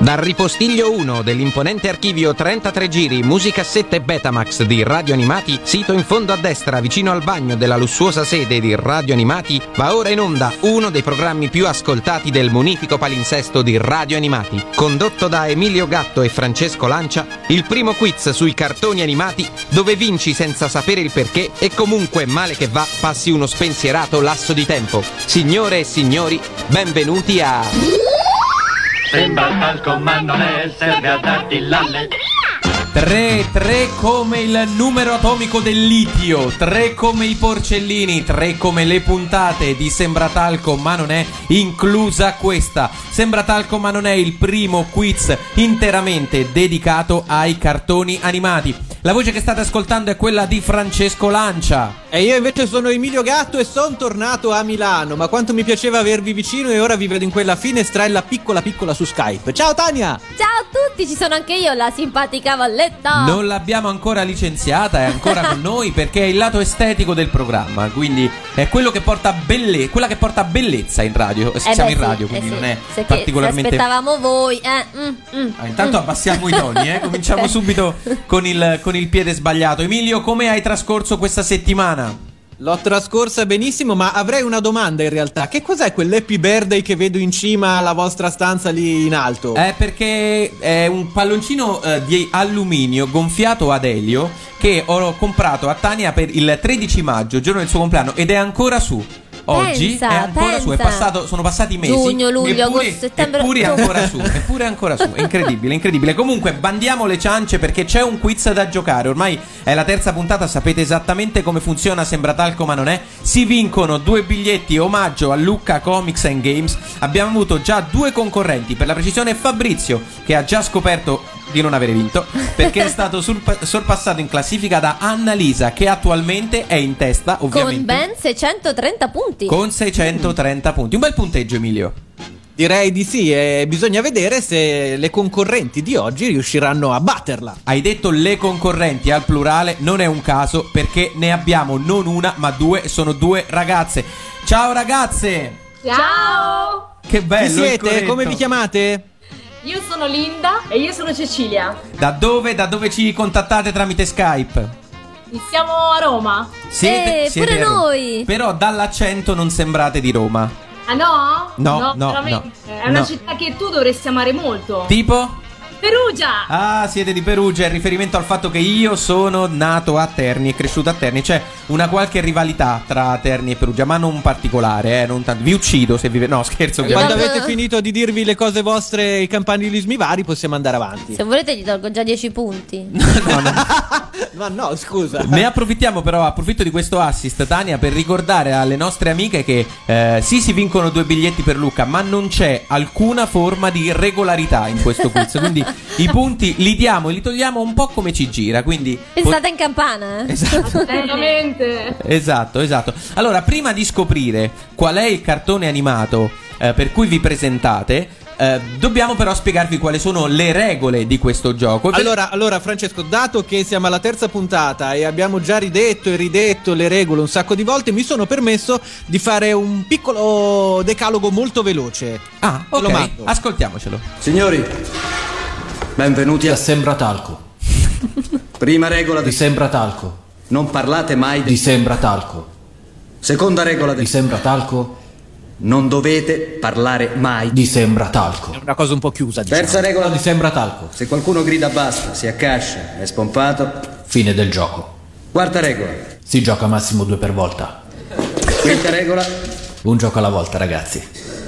Dal ripostiglio 1 dell'imponente archivio 33 giri, musicassette Betamax di Radio Animati, sito in fondo a destra vicino al bagno della lussuosa sede di Radio Animati, va ora in onda uno dei programmi più ascoltati del munifico palinsesto di Radio Animati. Condotto da Emilio Gatto e Francesco Lancia, il primo quiz sui cartoni animati dove vinci senza sapere il perché e comunque male che va passi uno spensierato lasso di tempo. Signore e signori, benvenuti a... Sembra talco ma non è, serve a darti l'alle. 3 come il numero atomico del litio, 3 come i porcellini, 3 come le puntate di Sembra talco ma non è, inclusa questa. Sembra talco ma non è il primo quiz interamente dedicato ai cartoni animati. La voce che state ascoltando è quella di Francesco Lancia. E io invece sono Emilio Gatto e sono tornato a Milano. Ma quanto mi piaceva avervi vicino, e ora vi vedo in quella finestrella piccola su Skype. Ciao Tania! Ciao a tutti, ci sono anche io, la simpatica Valletta. Non l'abbiamo ancora licenziata, è ancora con noi perché è il lato estetico del programma. Quindi è quello che porta quella che porta bellezza in radio. Siamo in radio, quindi non è particolarmente... Se aspettavamo voi. Intanto abbassiamo i toni, cominciamo subito con il piede sbagliato. Emilio, come hai trascorso questa settimana? L'ho trascorsa benissimo, ma avrei una domanda in realtà. Che cos'è quell'Happy Birthday che vedo in cima alla vostra stanza lì in alto? Perché è un palloncino di alluminio gonfiato ad elio che ho comprato a Tania per il 13 maggio, giorno del suo compleanno, ed è ancora su. Oggi è ancora su, sono passati mesi. Giugno, luglio, agosto, settembre. Eppure è ancora su. È incredibile. Comunque, bandiamo le ciance perché c'è un quiz da giocare. Ormai è la terza puntata, sapete esattamente come funziona Sembra talco ma non è. Si vincono 2 biglietti omaggio a Lucca Comics and Games. Abbiamo avuto già 2 concorrenti, per la precisione Fabrizio, che ha già scoperto di non avere vinto perché è stato sorpassato in classifica da Annalisa, che attualmente è in testa, ovviamente, con ben 630 punti. Con 630 punti. Un bel punteggio, Emilio. Direi di sì, e bisogna vedere se le concorrenti di oggi riusciranno a batterla. Hai detto le concorrenti al plurale, non è un caso perché ne abbiamo non una ma 2, sono 2 ragazze. Ciao ragazze! Ciao! Che bello! Chi siete? Come vi chiamate? Io sono Linda e io sono Cecilia. Da dove ci contattate tramite Skype? Siamo a Roma. Siete pure a Roma. Noi. Però dall'accento non sembrate di Roma. Ah no? No, veramente. È una città che tu dovresti amare molto. Tipo? Perugia! Ah, siete di Perugia, in riferimento al fatto che io sono nato a Terni e cresciuto a Terni. C'è una qualche rivalità tra Terni e Perugia, ma non particolare, non tanto. Vi uccido se vi... No, scherzo. Quando avete finito di dirvi le cose vostre, i campanilismi vari, possiamo andare avanti. Se volete gli tolgo già 10 punti. No. Ma no, scusa. Ne approfittiamo però, approfitto di questo assist, Tania, per ricordare alle nostre amiche che sì, si vincono 2 biglietti per Lucca, ma non c'è alcuna forma di regolarità in questo quiz, quindi i punti li diamo e li togliamo un po' come ci gira, quindi pensate in campana, Esatto. Assolutamente. Esatto. Allora, prima di scoprire qual è il cartone animato per cui vi presentate, dobbiamo però spiegarvi quali sono le regole di questo gioco. Allora Francesco, dato che siamo alla terza puntata e abbiamo già ridetto e ridetto le regole un sacco di volte, mi sono permesso di fare un piccolo decalogo molto veloce. Ah, ok, ascoltiamocelo. Signori, benvenuti a Sembra talco. Prima regola di Sembra talco. Non parlate mai di Sembra talco. Seconda regola di Sembra talco. Non dovete parlare mai di Sembra talco. È una cosa un po' chiusa, diciamo. Terza regola di Sembra talco. Se qualcuno grida basta, si accascia, è spompato, fine del gioco. Quarta regola. Si gioca massimo 2 per volta. Quinta regola. Un gioco alla volta, ragazzi.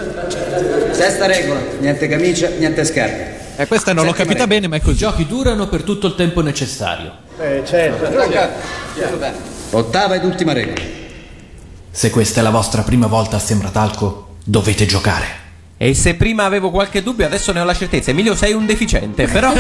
Sesta regola. Niente camicia, niente scarpe. Questa non l'ho capita bene, ma è così. I giochi durano per tutto il tempo necessario. Certo. Ottava ed ultima regola. Se questa è la vostra prima volta a Sembra talco, dovete giocare. E se prima avevo qualche dubbio, adesso ne ho la certezza. Emilio, sei un deficiente, però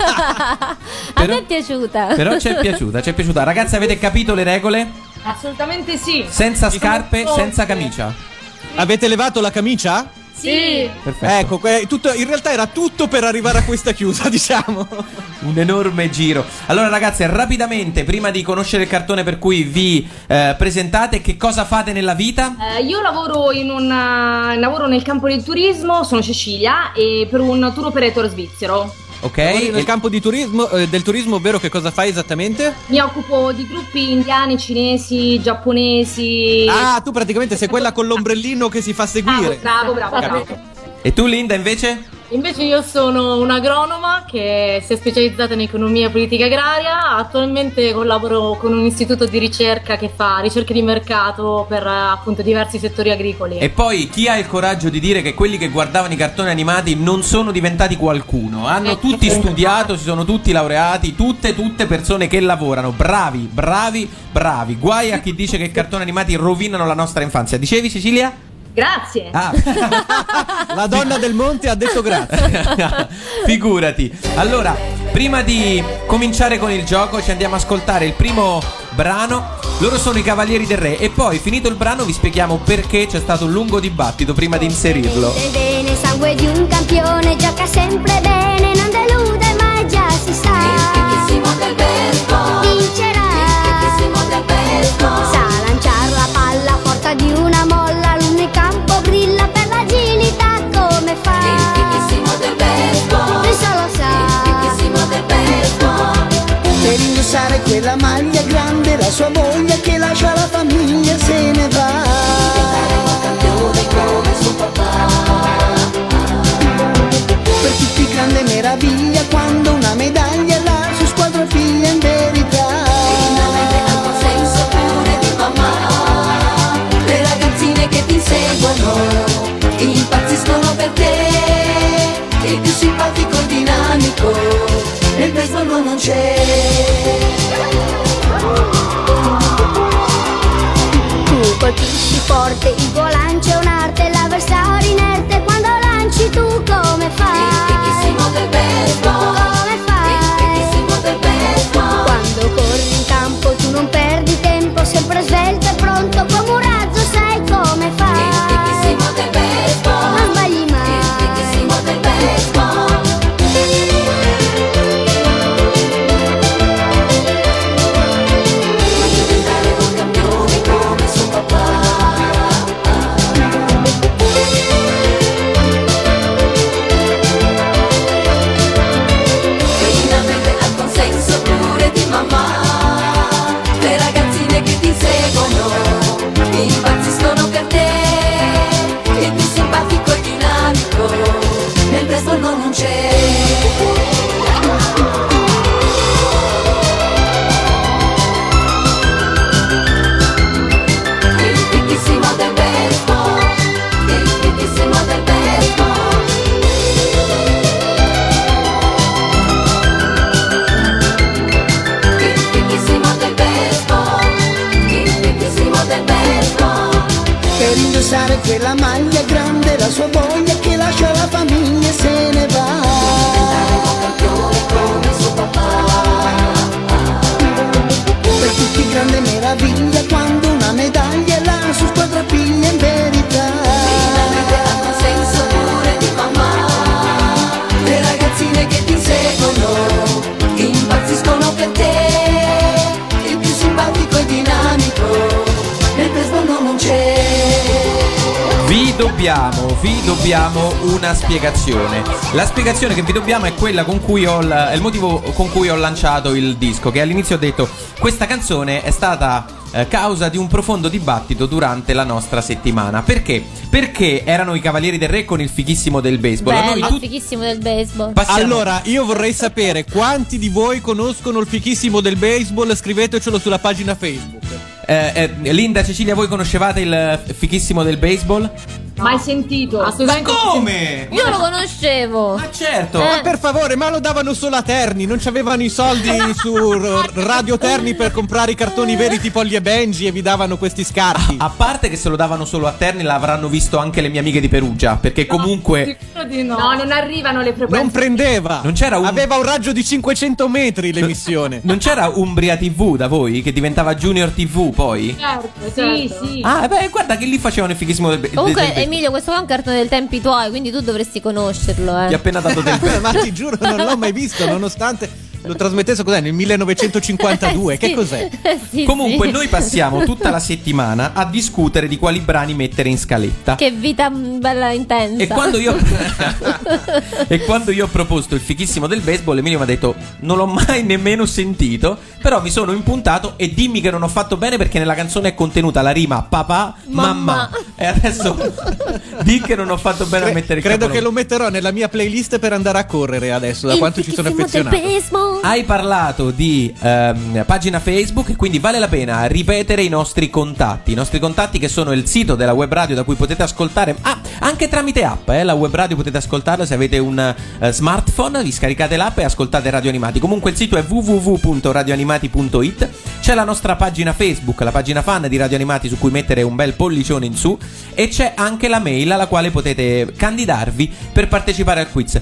a me è piaciuta. Però ci è piaciuta. Ragazzi, avete capito le regole? Assolutamente sì. Senza scarpe, senza camicia. Avete levato la camicia? Sì. Perfetto. Ecco, in realtà era tutto per arrivare a questa chiusa, diciamo. Un enorme giro. Allora ragazze, rapidamente, prima di conoscere il cartone per cui vi presentate, che cosa fate nella vita? Io lavoro lavoro nel campo del turismo, sono Cecilia, e per un tour operator svizzero. Ok. Nel campo di turismo, del turismo, ovvero che cosa fai esattamente? Mi occupo di gruppi indiani, cinesi, giapponesi. Ah, tu praticamente sei quella con l'ombrellino che si fa seguire. Bravo. E tu Linda invece? Invece io sono un'agronoma che si è specializzata in economia e politica agraria. Attualmente collaboro con un istituto di ricerca che fa ricerche di mercato per appunto diversi settori agricoli. E poi chi ha il coraggio di dire che quelli che guardavano i cartoni animati non sono diventati qualcuno? Hanno tutti studiato, si sono tutti laureati, tutte persone che lavorano. Bravi. Guai a chi dice che i cartoni animati rovinano la nostra infanzia. Dicevi Cecilia? Grazie. La donna del monte ha detto grazie. Figurati. Allora, prima di cominciare con il gioco, ci andiamo a ascoltare il primo brano. Loro sono i Cavalieri del Re. E poi, finito il brano, vi spieghiamo perché c'è stato un lungo dibattito prima di inserirlo. Bene, sangue di un campione, gioca sempre bene, non delude mai, già si sa. Il fichissimo del baseball vincerà. Il fichissimo del baseball sa lanciare la palla a forza di una molla. Campo brilla per l'agilità, come fa? Il fichissimo del baseball, questo lo sa. Il fichissimo del baseball. Per indossare quella maglia grande, la sua moglie che lascia la famiglia se ne va. Diventare un campione come suo papà. Per tutti grande meraviglia quando una medaglia la sua squadra piglia in verità. E in nome ha consenso pure di mamma. Le ragazzine che ti seguono impazziscono per te. Il più simpatico e dinamico nel baseball non c'è. Tu colpisci forte, il tuo lancio è un'arte, l'avversario inerte quando lanci tu come fai? Il fichissimo del baseball, come fai? Il fichissimo del baseball. Quando corri in campo tu non perdi tempo, sempre svelto e pronto come un razzo, sai come fai? Il fichissimo del baseball, non sbagli mai. Il fichissimo del baseball. Voglio diventare un campione come suo papà. Finalmente ha consenso pure di mamma. Le ragazzine che ti seguono impazziscono per te. Il più simpatico e dinamico nel baseball non c'è. Il fichissimo del baseball, il fichissimo del baseball. Il fichissimo del baseball, il fichissimo del baseball. Per indossare quella maglia grande, la sua moglie che lascia la famiglia e se ne va. Diventare un campione come suo papà. Per tutti grande meraviglia quando una medaglia la sua squadra piglia in verità. Finalmente ha consenso pure di mamma. Le ragazzine che ti seguono impazziscono per te. Il più simpatico e dinamico nel baseball non c'è. Vi dobbiamo una spiegazione. La spiegazione che vi dobbiamo è quella con cui è il motivo con cui ho lanciato il disco, che all'inizio ho detto questa canzone è stata causa di un profondo dibattito durante la nostra settimana. Perché? Perché erano i Cavalieri del Re con il fichissimo del baseball. Bello, il fichissimo del baseball. Allora, io vorrei sapere quanti di voi conoscono il fichissimo del baseball, scrivetecelo sulla pagina Facebook. Linda, Cecilia, voi conoscevate il fichissimo del baseball? Mai sentito. Assolutamente. Ma come? Io lo conoscevo. Ma certo. Ma per favore, ma lo davano solo a Terni, non c'avevano i soldi su Radio Terni per comprare i cartoni veri tipo Ollie e Benji e vi davano questi scarti. A parte che se lo davano solo a Terni l'avranno visto anche le mie amiche di Perugia, perché comunque No, non arrivano le frequenze. Non prendeva. Non c'era Aveva un raggio di 500 metri l'emissione. Non c'era Umbria TV da voi che diventava Junior TV poi? Certo. Sì. Ah, beh, guarda che lì facevano il fichissimo del Comunque baseball. Emilio, questo qua è un cartone del tempi tuoi, quindi tu dovresti conoscerlo. Ti ho appena dato del Ma ti giuro, non l'ho mai visto, nonostante lo trasmettesse cos'è, nel 1952. Che cos'è? Sì, Comunque sì. noi passiamo tutta la settimana a discutere di quali brani mettere in scaletta. Che vita bella intensa. E quando io ho proposto il fichissimo del baseball, Emilio mi ha detto: non l'ho mai nemmeno sentito, però mi sono impuntato e dimmi che non ho fatto bene, perché nella canzone è contenuta la rima papà, mamma. E adesso di che non ho fatto bene a mettere il Credo capolone. che lo metterò nella mia playlist per andare a correre adesso, da Il quanto ci sono fichissimo del affezionato. baseball. Hai parlato di pagina Facebook, e quindi vale la pena ripetere i nostri contatti. I nostri contatti, che sono il sito della web radio da cui potete ascoltare, anche tramite app, la web radio potete ascoltarla se avete un smartphone, vi scaricate l'app e ascoltate Radio Animati. Comunque il sito è www.radioanimati.it. C'è la nostra pagina Facebook, la pagina fan di Radio Animati, su cui mettere un bel pollicione in su, e c'è anche la mail alla quale potete candidarvi per partecipare al quiz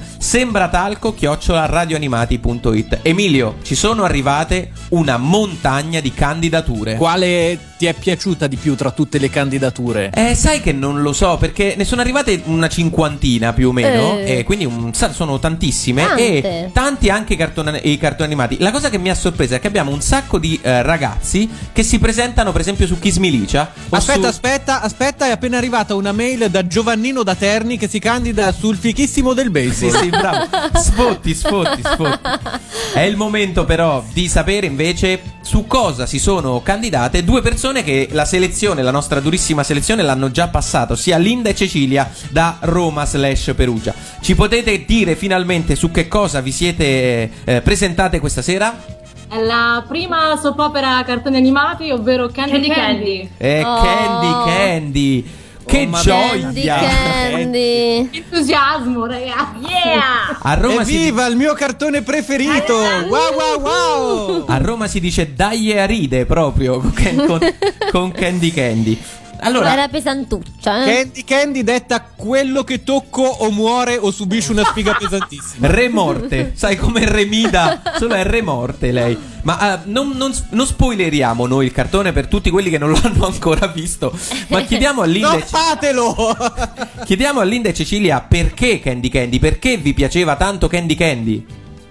sembratalco@radioanimati.it. Emilio, ci sono arrivate una montagna di candidature. Quale ti è piaciuta di più tra tutte le candidature? Sai che non lo so, perché ne sono arrivate una cinquantina più o meno, e quindi sono tantissime. Tante. E tanti anche i cartoni animati. La cosa che mi ha sorpresa è che abbiamo un sacco di ragazzi che si presentano, per esempio, su Kiss Milicia. Aspetta, è appena arrivata una mail da Giovannino da Terni che si candida sul fichissimo del baseball. Sì, bravo. Sfotti. È il momento però di sapere invece su cosa si sono candidate due persone che la nostra durissima selezione, l'hanno già passato, sia Linda e Cecilia da Roma/Perugia. Ci potete dire finalmente su che cosa vi siete presentate questa sera? È la prima soap opera cartoni animati, ovvero Candy Candy. Candy. Che gioia! Candy. Entusiasmo, ragazzi. Yeah! A Roma Evviva il mio cartone preferito! Wow! A Roma si dice dai e aride proprio con Candy Candy. Allora, era pesantuccia, Candy detta quello che tocco o muore o subisce una sfiga pesantissima. Remorte, sai come Remida, solo è Remorte lei. Ma non spoileriamo noi il cartone per tutti quelli che non lo hanno ancora visto. Ma chiediamo a Linda chiediamo a Linda e Cecilia perché Candy Candy, perché vi piaceva tanto Candy Candy?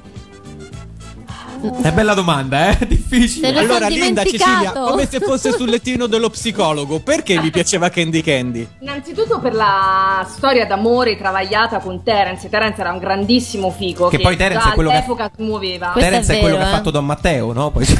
È bella domanda, difficile. Allora Linda, Cecilia, come se fosse sul lettino dello psicologo, perché vi piaceva Candy Candy? Innanzitutto per la storia d'amore travagliata con Terence. Terence era un grandissimo figo che poi Terence è quello all'epoca smuoveva. Terence è quello che ha fatto Don Matteo, no? Poi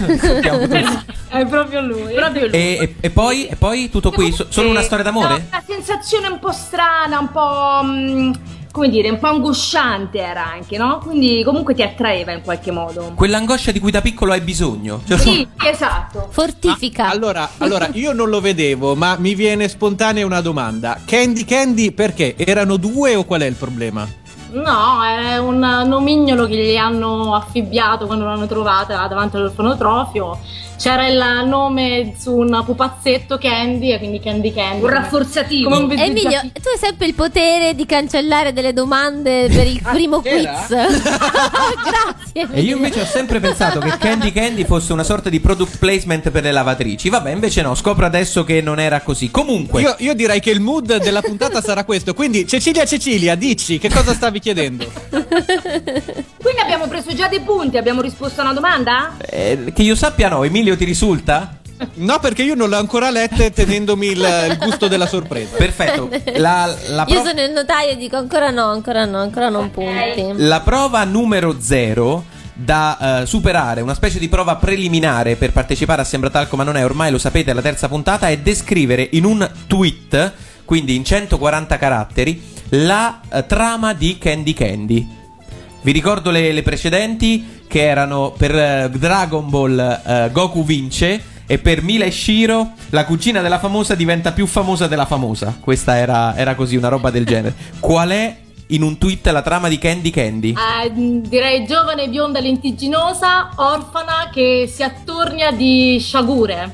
è proprio lui. E poi tutto qui, solo una storia d'amore? Una sensazione un po' strana, un po' come dire, un po' angosciante era anche, no? Quindi comunque ti attraeva in qualche modo. Quell'angoscia di cui da piccolo hai bisogno. Sì, esatto. Fortifica. Allora, io non lo vedevo, ma mi viene spontanea una domanda. Candy Candy perché? Erano due o qual è il problema? No, è un nomignolo che gli hanno affibbiato quando l'hanno trovata davanti all'orfanotrofio. C'era il nome su un pupazzetto Candy, e quindi Candy Candy. Un rafforzativo. Come un Emilio, tu hai sempre il potere di cancellare delle domande per il primo quiz. Grazie. E io invece ho sempre pensato che Candy Candy fosse una sorta di product placement per le lavatrici. Vabbè, invece no, scopro adesso che non era così. Comunque io direi che il mood della puntata sarà questo. Quindi Cecilia, dici, che cosa stavi chiedendo? Quindi abbiamo preso già dei punti, abbiamo risposto a una domanda? che io sappia no. Emilio, ti risulta? No, perché io non l'ho ancora letta, tenendomi il gusto della sorpresa. Perfetto. Io sono il notaio e dico ancora non punti. La prova numero 0 da superare, una specie di prova preliminare per partecipare a Sembratalco ma non è, ormai lo sapete, è la terza puntata, è descrivere in un tweet, quindi in 140 caratteri, la trama di Candy Candy. Vi ricordo le precedenti, che erano per Dragon Ball Goku vince, e per Mila e Shiro la cugina della famosa diventa più famosa della famosa. Questa era così, una roba del genere. Qual è in un tweet la trama di Candy Candy? Direi giovane, bionda, lentigginosa, orfana, che si attornia di sciagure.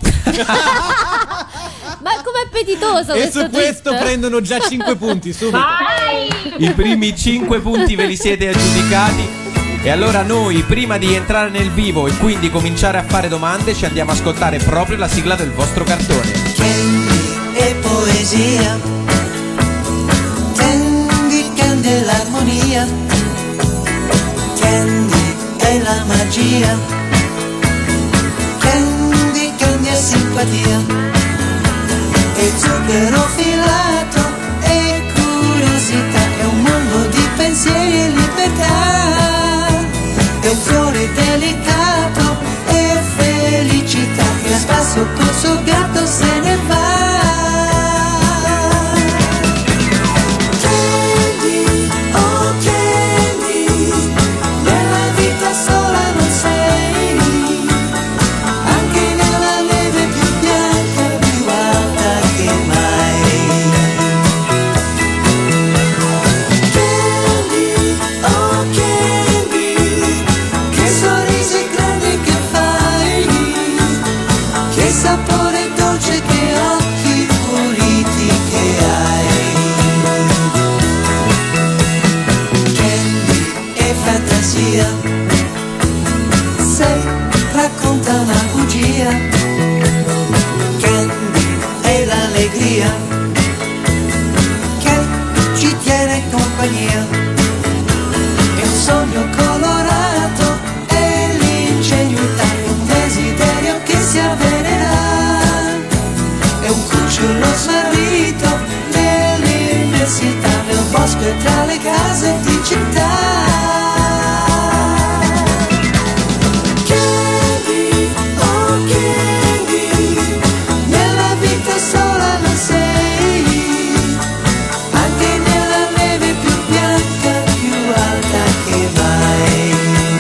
Ma com'è appetitoso e questo su questo tweet? prendono già 5 punti subito. Vai! I primi 5 punti ve li siete aggiudicati. E allora noi, prima di entrare nel vivo e quindi cominciare a fare domande, ci andiamo a ascoltare proprio la sigla del vostro cartone. Candy e poesia, la magia. Candy, candy è simpatia, e zucchero filato e curiosità, è un mondo di pensieri e libertà, è un fiore delicato e felicità, che a spasso col suo gatto se ne va. Candy, oh Candy, nella vita sola non sei, anche nella neve più bianca, più alta che mai. Candy, oh Candy, che sorrisi grandi che fai, che sapore dolce, che occhi puliti che hai. Candy è fantasia, se racconta una bugia. Candy è l'allegria che ci tiene compagnia, è un sogno colorato, è l'ingenuità, è un desiderio che si avvererà, è un cucciolo smarrito nell'immensità, nel bosco e tra le case di città. Candy, oh Candy, nella vita sola non sei, anche nella neve più bianca, più alta che mai.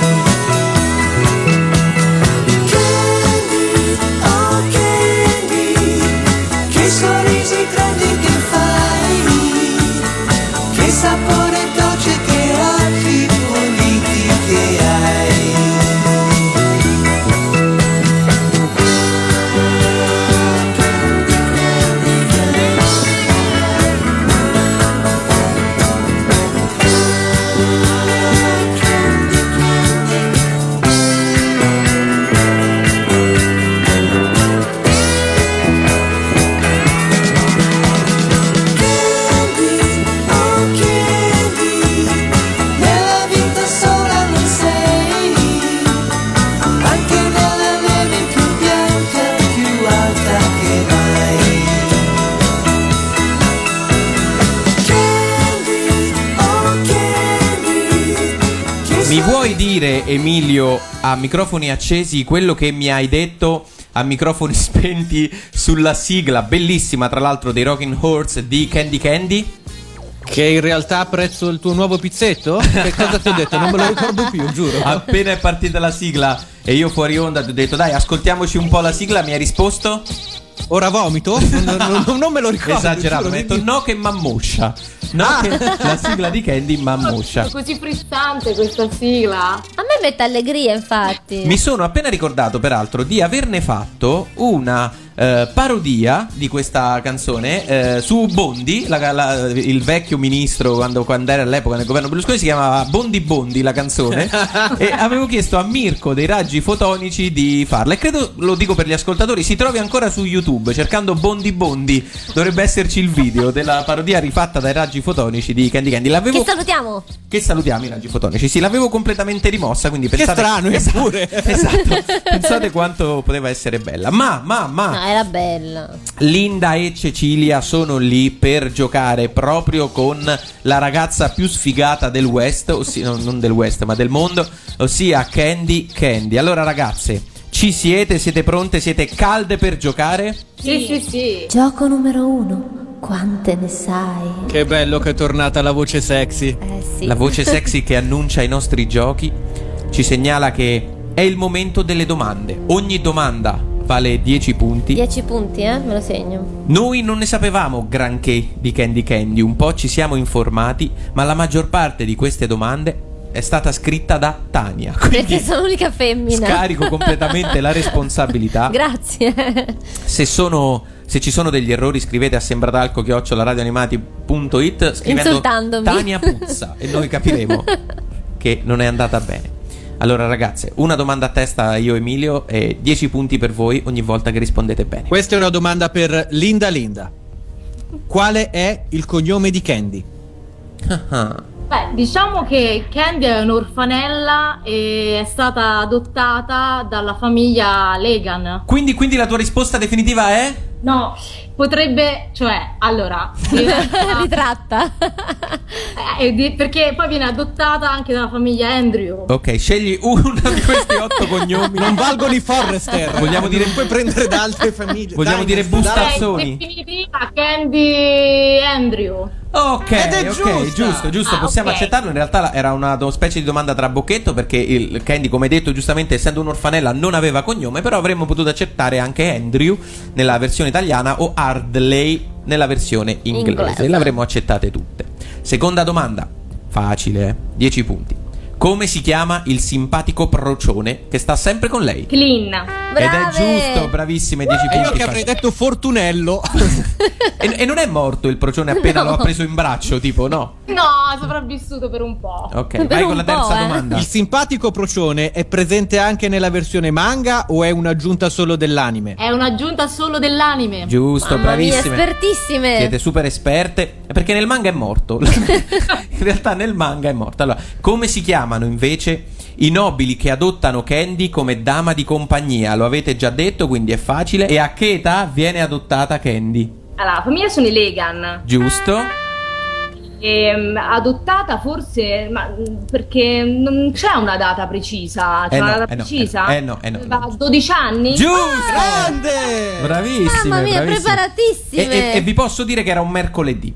Candy, oh Candy, che sorrisi grandi che fai, che sapore dolce, che occhi puliti che hai. Candy, oh Candy, nella vita sola non sei, anche nella neve più bianca, più alta che mai. Candy, oh Candy, che Mi vuoi dire, Emilio, a microfoni accesi, quello che mi hai detto a microfoni spenti sulla sigla bellissima, tra l'altro, dei Rocking Horse di Candy Candy? Che in realtà apprezzo il tuo nuovo pizzetto? Che cosa ti ho detto? Non me lo ricordo più, giuro. Appena è partita la sigla e io fuori onda ti ho detto dai, ascoltiamoci un po' la sigla, mi hai risposto? Ora vomito? Non me lo ricordo. Esagerato, giuro, mi hai detto no che mammoscia. No che la sigla di Candy mammoscia. È così frizzante questa sigla. A me mette allegria, infatti. Mi sono appena ricordato, peraltro, di averne fatto una parodia di questa canzone su Bondi, il vecchio ministro quando era all'epoca nel governo Berlusconi, si chiamava Bondi Bondi la canzone e avevo chiesto a Mirko dei Raggi Fotonici di farla, e credo, lo dico per gli ascoltatori, si trovi ancora su YouTube cercando Bondi Bondi, dovrebbe esserci il video della parodia rifatta dai Raggi Fotonici di Candy Candy. Che salutiamo. Che salutiamo i Raggi Fotonici. Sì, l'avevo completamente rimossa, quindi pensate, che strano, eppure. Esatto, pensate quanto poteva essere bella. Ma No, era bella. Linda e Cecilia sono lì per giocare proprio con la ragazza più sfigata del West, ossia, non del West ma del mondo, ossia Candy Candy. Allora ragazze, ci siete? Siete pronte? Siete calde per giocare? Sì. Gioco numero 1. Quante ne sai? Che bello che è tornata la voce sexy. Sì. La voce sexy che annuncia i nostri giochi ci segnala che è il momento delle domande. Ogni domanda vale 10 punti. 10 punti, me lo segno. Noi non ne sapevamo granché di Candy Candy, un po' ci siamo informati, ma la maggior parte di queste domande è stata scritta da Tania. Perché sono l'unica femmina. Scarico completamente la responsabilità. Grazie. Se ci sono degli errori, scrivete a sembratalco@radioanimati.it scrivendo insultandomi Tania puzza e noi capiremo che non è andata bene. Allora ragazze, una domanda a testa io e Emilio e 10 punti per voi ogni volta che rispondete bene. Questa è una domanda per Linda. Quale è il cognome di Candy? Beh, diciamo che Candy è un'orfanella e è stata adottata dalla famiglia Legan. Quindi la tua risposta definitiva è? No, potrebbe, cioè, allora ritratta. Perché poi viene adottata anche dalla famiglia Andrew. Ok, scegli uno di questi 8 cognomi. Non valgono i Forrester. Vogliamo dire, non puoi prendere da altre famiglie. Vogliamo dire Bustazzoni. Definitiva Candy Andrew. Ok, Ed è giusto, possiamo ok. accettarlo. In realtà era una specie di domanda trabocchetto, perché il Candy, come detto giustamente, essendo un'orfanella non aveva cognome, però avremmo potuto accettare anche Andrew nella versione italiana o Ardley nella versione inglese. Le avremmo accettate tutte. Seconda domanda, facile, 10 punti. Come si chiama il simpatico procione che sta sempre con lei? Clean. Ed è giusto, bravissime, 10 E io punti. che avrei detto Fortunello. E non è morto il procione appena lo ha preso in braccio, tipo, no? No, è sopravvissuto per un po'. Ok, vai con la terza domanda. Il simpatico procione è presente anche nella versione manga o è un'aggiunta solo dell'anime? È un'aggiunta solo dell'anime. Giusto, Mamma mia, bravissime. espertissime. Siete super esperte. Perché nel manga è morto. In realtà nel manga è morto. Allora, come si chiamano invece i nobili che adottano Candy come dama di compagnia? Lo avete già detto, quindi è facile. E a che età viene adottata Candy? Allora, la famiglia sono i Legan. Giusto? Adottata forse, ma perché non c'è una data precisa. C'è una data precisa? No. Aveva 12 anni? Giusto! Grande! Bravissime, Mamma mia, bravissime. preparatissime. E vi posso dire che era un mercoledì.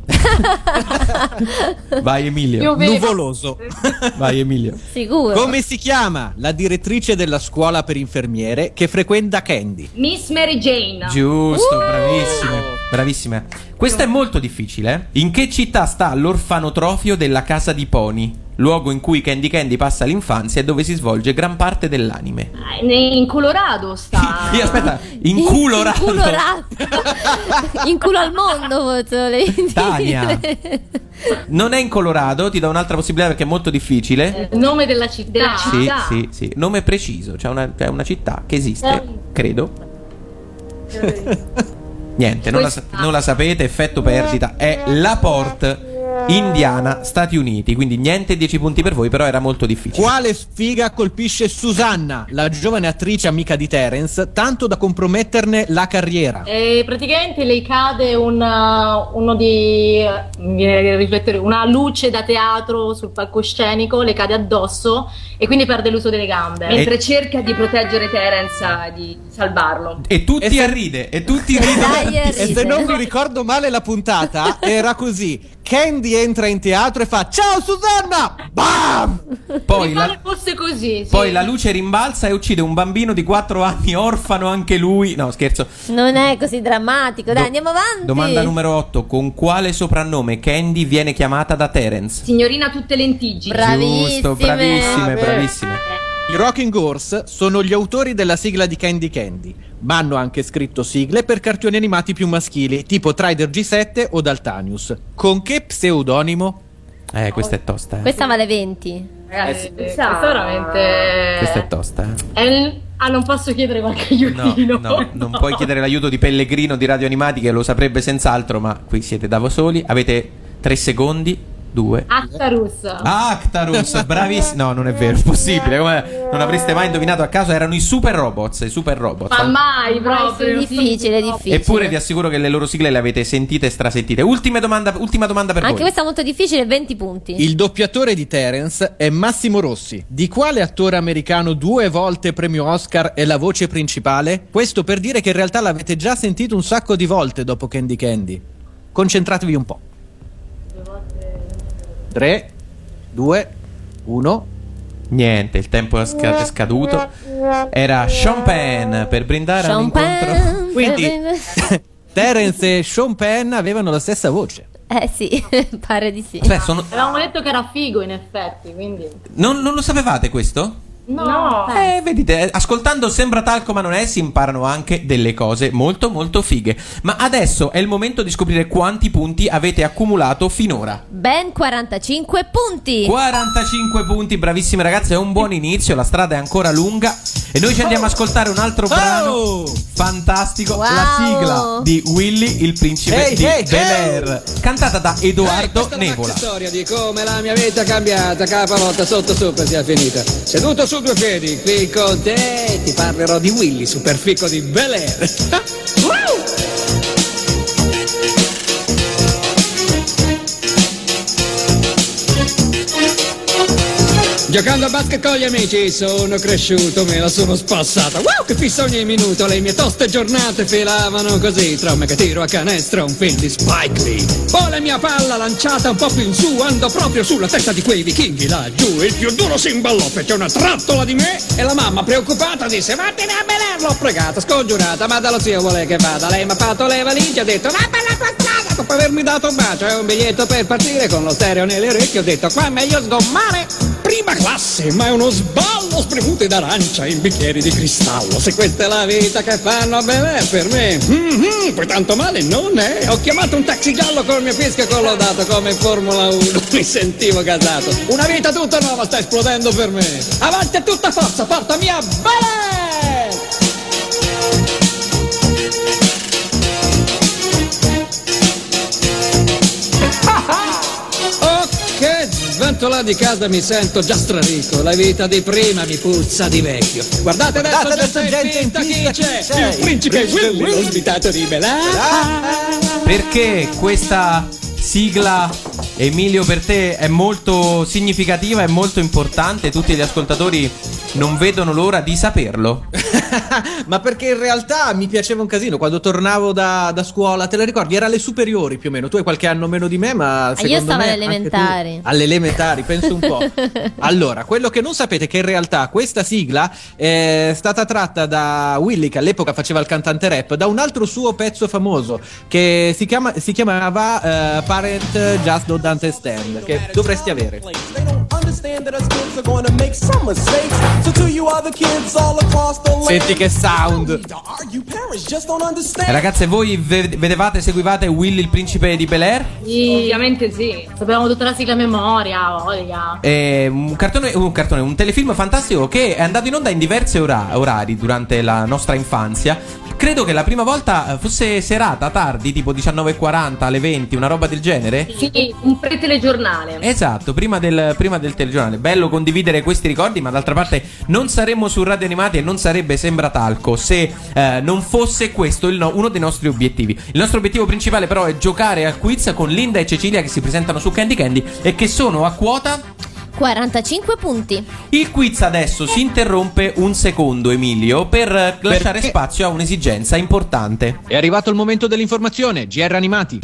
Vai Emilio. Nuvoloso. Vai Emilio. Sicuro. Come si chiama la direttrice della scuola per infermiere che frequenta Candy? Miss Mary Jane. Giusto, bravissime. Bravissime. Questa è molto difficile. In che città sta l'orfanotrofio della casa di Pony? Luogo in cui Candy passa l'infanzia e dove si svolge gran parte dell'anime. In Colorado sta. Aspetta, in Colorado. In culo al mondo, volevi dire. Tania. Non è in Colorado, ti do un'altra possibilità perché è molto difficile. Nome della città. Sì. Nome preciso, c'è una città che esiste, credo. Niente, non la sapete, effetto perdita. È La Porte, Indiana, Stati Uniti. Quindi niente 10 punti per voi, però era molto difficile. Quale sfiga colpisce Susanna, la giovane attrice amica di Terence, tanto da comprometterne la carriera? E praticamente le cade una luce da teatro sul palcoscenico, le cade addosso e quindi perde l'uso delle gambe. Mentre cerca di proteggere Terence, di salvarlo. E tutti a ride, e tutti ridono. E se non mi ricordo male la puntata era così: Candy entra in teatro e fa "Ciao Susanna!" Bam! Poi Mi pare fosse così, sì. Poi la luce rimbalza e uccide un bambino di 4 anni, orfano anche lui. No, scherzo. Non è così drammatico. Dai, andiamo avanti. Domanda numero 8. Con quale soprannome Candy viene chiamata da Terence? Signorina tutte lentiggini. Giusto, bravissime. I Rocking Horse sono gli autori della sigla di Candy, ma hanno anche scritto sigle per cartoni animati più maschili, tipo Trider G7 o Daltanius. Con che pseudonimo? Questa è tosta. Questa vale 20. Ragazzi, questa veramente. Questa è tosta. Non posso chiedere qualche aiutino. No, non puoi chiedere l'aiuto di Pellegrino di Radio Animati, che lo saprebbe senz'altro, ma qui siete da voi soli. Avete 3 secondi. 2. Actarus, bravissimo. No, non è vero, è possibile. Come non avreste mai indovinato a caso? Erano i super robots. Ma mai proprio. Difficile. Eppure vi assicuro che le loro sigle le avete sentite e strasentite. Ultima domanda per Anche voi. questa è molto difficile, 20 punti. Il doppiatore di Terence è Massimo Rossi. Di quale attore americano 2 volte premio Oscar è la voce principale? Questo per dire che in realtà l'avete già sentito un sacco di volte dopo Candy. Concentratevi un po'. 3, 2, 1. Niente, il tempo è scaduto. Era Sean Penn per brindare Sean all'incontro. Penn. Quindi Terence e Sean Penn avevano la stessa voce. Sì, pare di sì. Aspetta, Avevamo detto che era figo in effetti, quindi. Non lo sapevate questo? No. Vedete, ascoltando Sembra Talco ma non è, si imparano anche delle cose molto molto fighe. Ma adesso è il momento di scoprire quanti punti avete accumulato finora. Ben 45 punti. 45 punti, bravissime ragazze, è un buon inizio, la strada è ancora lunga e noi ci andiamo a ascoltare un altro brano fantastico, la sigla di Willy il principe di Bel-Air, cantata da Edoardo Nevola. È la storia di come la mia vita è cambiata, capalotta sotto sopra sia finita. Seduto su due piedi, qui con te ti parlerò di Willy, superfico di Bel-Air. Giocando a basket con gli amici sono cresciuto, me la sono spassata. Wow, che fissa ogni minuto, le mie toste giornate filavano così. Tra me che tiro a canestro un film di Spike Lee. Poi la mia palla lanciata un po' più in su, andò proprio sulla testa di quei vichinghi laggiù. Il più duro si imballò, fece una trappola di me e la mamma preoccupata disse: vattene a Bel-Air. L'ho pregata, scongiurata, ma dallo zio vuole che vada. Lei mi ha fatto le valigie, ha detto va per la tua strada. Dopo avermi dato un bacio e un biglietto per partire con lo stereo nelle orecchie, ho detto qua è meglio sgommare. Prima classe, ma è uno sballo, spremute d'arancia in bicchieri di cristallo. Se questa è la vita che fanno a Bel-Air per me, poi tanto male non è. Ho chiamato un taxi giallo col mio fischio collaudato come in Formula 1, mi sentivo gasato. Una vita tutta nuova sta esplodendo per me. Avanti a tutta forza, portami a Bel-Air! Che svento là di casa mi sento già strarico. La vita di prima mi puzza di vecchio. Guardate adesso gente in pista, chi c'è? Il principe Willy, lo svitato di Bel-Air. Perché questa sigla, Emilio, per te è molto significativa, è molto importante, tutti gli ascoltatori non vedono l'ora di saperlo. Ma perché in realtà mi piaceva un casino quando tornavo da scuola, te la ricordi? Era alle superiori più o meno, tu hai qualche anno meno di me, ma secondo io stavo me alle elementari. Alle elementari, penso un po'. Allora, quello che non sapete è che in realtà questa sigla è stata tratta da Willy, che all'epoca faceva il cantante rap, da un altro suo pezzo famoso che si chiamava Parent Just Don't Understand, che dovresti avere. Senti che sound. Ragazze, voi vedevate, seguivate Willy il principe di Bel-Air? Sì, ovviamente sì. Sapevamo tutta la sigla a memoria, voglia. Un telefilm fantastico che è andato in onda in diversi orari durante la nostra infanzia. Credo che la prima volta fosse serata, tardi, tipo 19:40, alle 20, una roba del genere. Sì, un pre-telegiornale. Esatto, prima del telegiornale. Bello condividere questi ricordi, ma d'altra parte non saremmo su Radio Animati e non sarebbe Sembra Talco se non fosse questo uno dei nostri obiettivi. Il nostro obiettivo principale però è giocare al quiz con Linda e Cecilia, che si presentano su Candy Candy e che sono a quota 45 punti. Il quiz adesso si interrompe un secondo, Emilio, per lasciare spazio a un'esigenza importante. È arrivato il momento dell'informazione. GR Animati.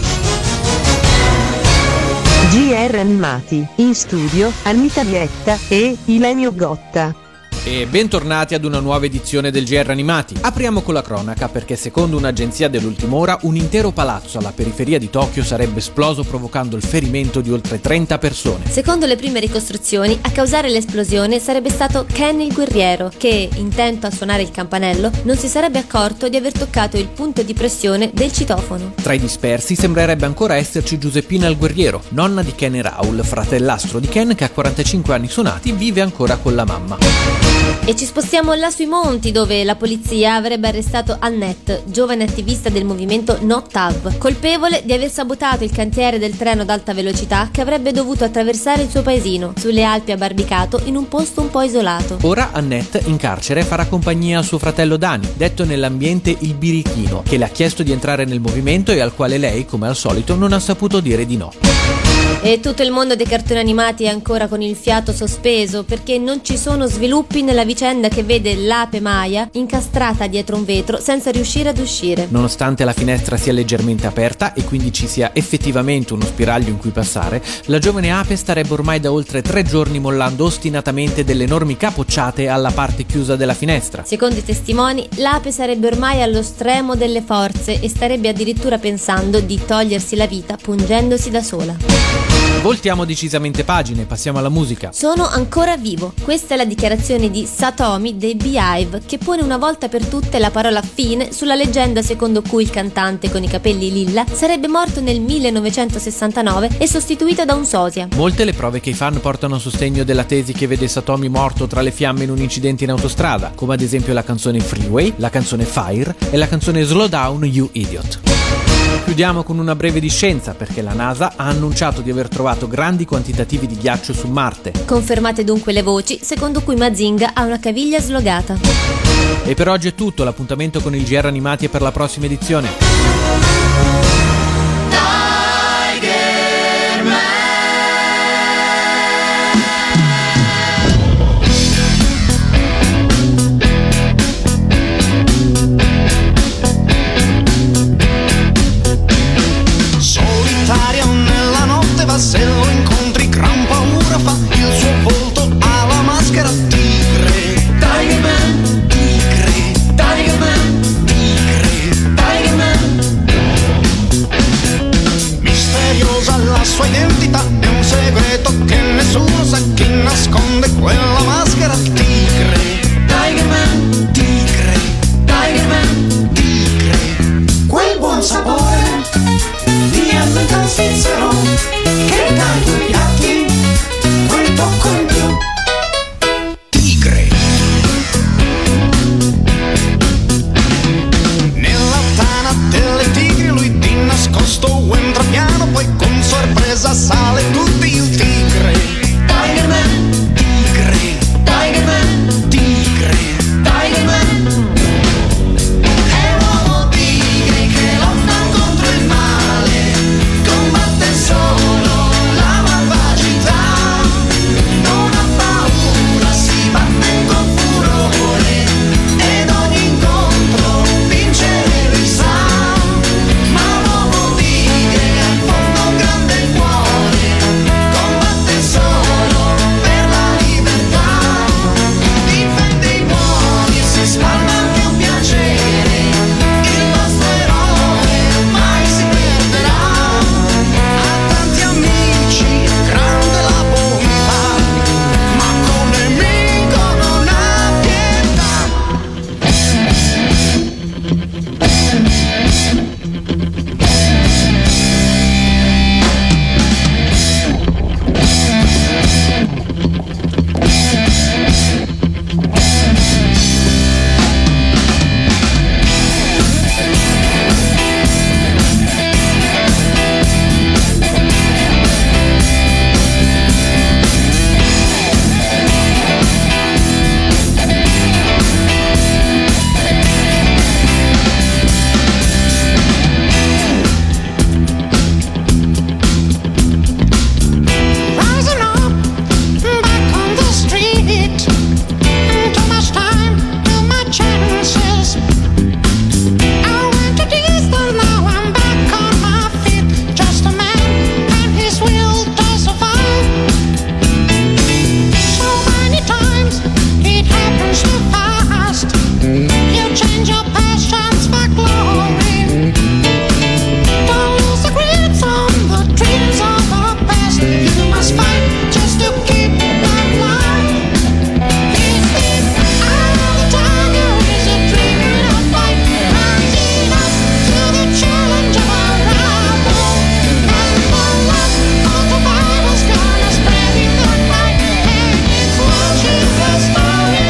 GR Animati, in studio Anita Vietta e Ilenio Gotta. E bentornati ad una nuova edizione del GR Animati. Apriamo con la cronaca perché secondo un'agenzia dell'ultima ora un intero palazzo alla periferia di Tokyo sarebbe esploso provocando il ferimento di oltre 30 persone. Secondo le prime ricostruzioni, a causare l'esplosione sarebbe stato Ken il guerriero che, intento a suonare il campanello, non si sarebbe accorto di aver toccato il punto di pressione del citofono. Tra i dispersi sembrerebbe ancora esserci Giuseppina il guerriero, nonna di Ken e Raul, fratellastro di Ken che a 45 anni suonati vive ancora con la mamma. E ci spostiamo là sui monti, dove la polizia avrebbe arrestato Annette, giovane attivista del movimento No TAV, colpevole di aver sabotato il cantiere del treno ad alta velocità che avrebbe dovuto attraversare il suo paesino, sulle Alpi a Barbicato, in un posto un po' isolato. Ora Annette, in carcere, farà compagnia a suo fratello Dani, detto nell'ambiente il birichino, che le ha chiesto di entrare nel movimento e al quale lei, come al solito, non ha saputo dire di no. E tutto il mondo dei cartoni animati è ancora con il fiato sospeso perché non ci sono sviluppi nella vicenda che vede l'ape Maya incastrata dietro un vetro senza riuscire ad uscire. Nonostante la finestra sia leggermente aperta e quindi ci sia effettivamente uno spiraglio in cui passare, la giovane ape starebbe ormai da oltre 3 giorni mollando ostinatamente delle enormi capocciate alla parte chiusa della finestra. Secondo i testimoni, l'ape sarebbe ormai allo stremo delle forze e starebbe addirittura pensando di togliersi la vita pungendosi da sola. Voltiamo decisamente pagine, passiamo alla musica. Sono ancora vivo. Questa è la dichiarazione di Satomi dei Beehive, che pone una volta per tutte la parola fine sulla leggenda secondo cui il cantante con i capelli lilla sarebbe morto nel 1969 e sostituito da un sosia. Molte le prove che i fan portano a sostegno della tesi che vede Satomi morto tra le fiamme in un incidente in autostrada, come ad esempio la canzone Freeway, la canzone Fire e la canzone Slow Down You Idiot. Chiudiamo con una breve di scienza, perché la NASA ha annunciato di aver trovato grandi quantitativi di ghiaccio su Marte. Confermate dunque le voci secondo cui Mazinga ha una caviglia slogata. E per oggi è tutto, l'appuntamento con il GR Animati è per la prossima edizione. Solitario nella notte va, se lo incontri gran paura fa, il suo volto ha la maschera tigre. Tiger Man, tigre, Tiger Man, tigre, Tiger Man. Misteriosa la sua identità, è un segreto che nessuno sa, chi nasconde quella maschera tigre. Tiger Man, tigre, Tiger Man, tigre. Quel buon sapore di Emmental svizzero che dà i tuoi piatti quel tocco in più. Tigre. Nella tana delle tigri lui di nascosto entra piano, poi con sorpresa sale tutti il tigre. Tiger Man, tigre, Tiger Man, tigre, Tiger Man. È l'uomo tigre che lotta contro il male, combatte solo la malvagità, non ha paura, si batte con furore ed ogni incontro vincere lui sa. Ma l'uomo tigre ha in fondo un grande cuore, combatte solo per la libertà, difende i buoni e si spalma anche un piacere, il nostro eroe mai si perderà. Ha tanti amici, grande la bontà, ma con nemico non ha pietà. Rising up, back on the street, too much time, too much chances. I went to distance, now I'm back on my feet. Just a man and his will to survive. So many times it happens too fast. You change your passions for glory. Don't lose the grips on the dreams of the past. You must fight just to keep them alive. His eye of the tiger is a dream of fight, rising up to the challenge of our rival. And the love of the Bible's gonna spread in the night, and it's watching the story.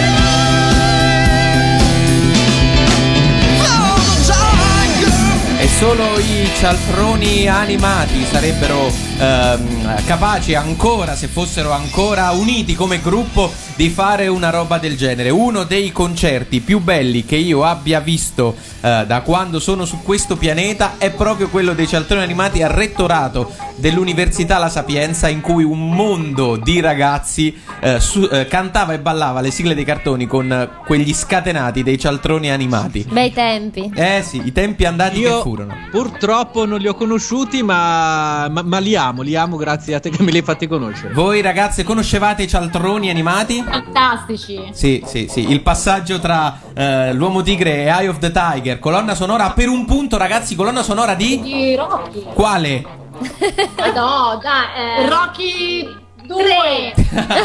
Oh, the tiger. E solo i cialtroni animati sarebbero capaci ancora, se fossero ancora uniti come gruppo, di fare una roba del genere. Uno dei concerti più belli che io abbia visto da quando sono su questo pianeta è proprio quello dei cialtroni animati al rettorato dell'Università La Sapienza, in cui un mondo di ragazzi cantava e ballava le sigle dei cartoni con quegli scatenati dei cialtroni animati. Bei tempi. Sì, i tempi andati che furono. Purtroppo non li ho conosciuti, ma li amo grazie a te che me li hai fatti conoscere. Voi ragazze conoscevate i cialtroni animati? Fantastici. Sì. Il passaggio tra l'Uomo Tigre e Eye of the Tiger, colonna sonora per un punto, ragazzi, colonna sonora di Rocky. quale? No, dai, Rocky 2.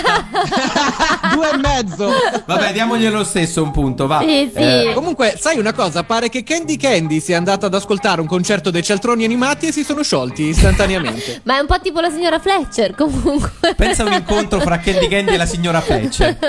2,5. Vabbè, diamoglielo lo stesso un punto, va. Sì, sì. Comunque, sai una cosa? Pare che Candy sia andata ad ascoltare un concerto dei Cialtroni animati e si sono sciolti istantaneamente. Ma è un po' tipo la signora Fletcher, comunque. Pensa a un incontro fra Candy e la signora Fletcher.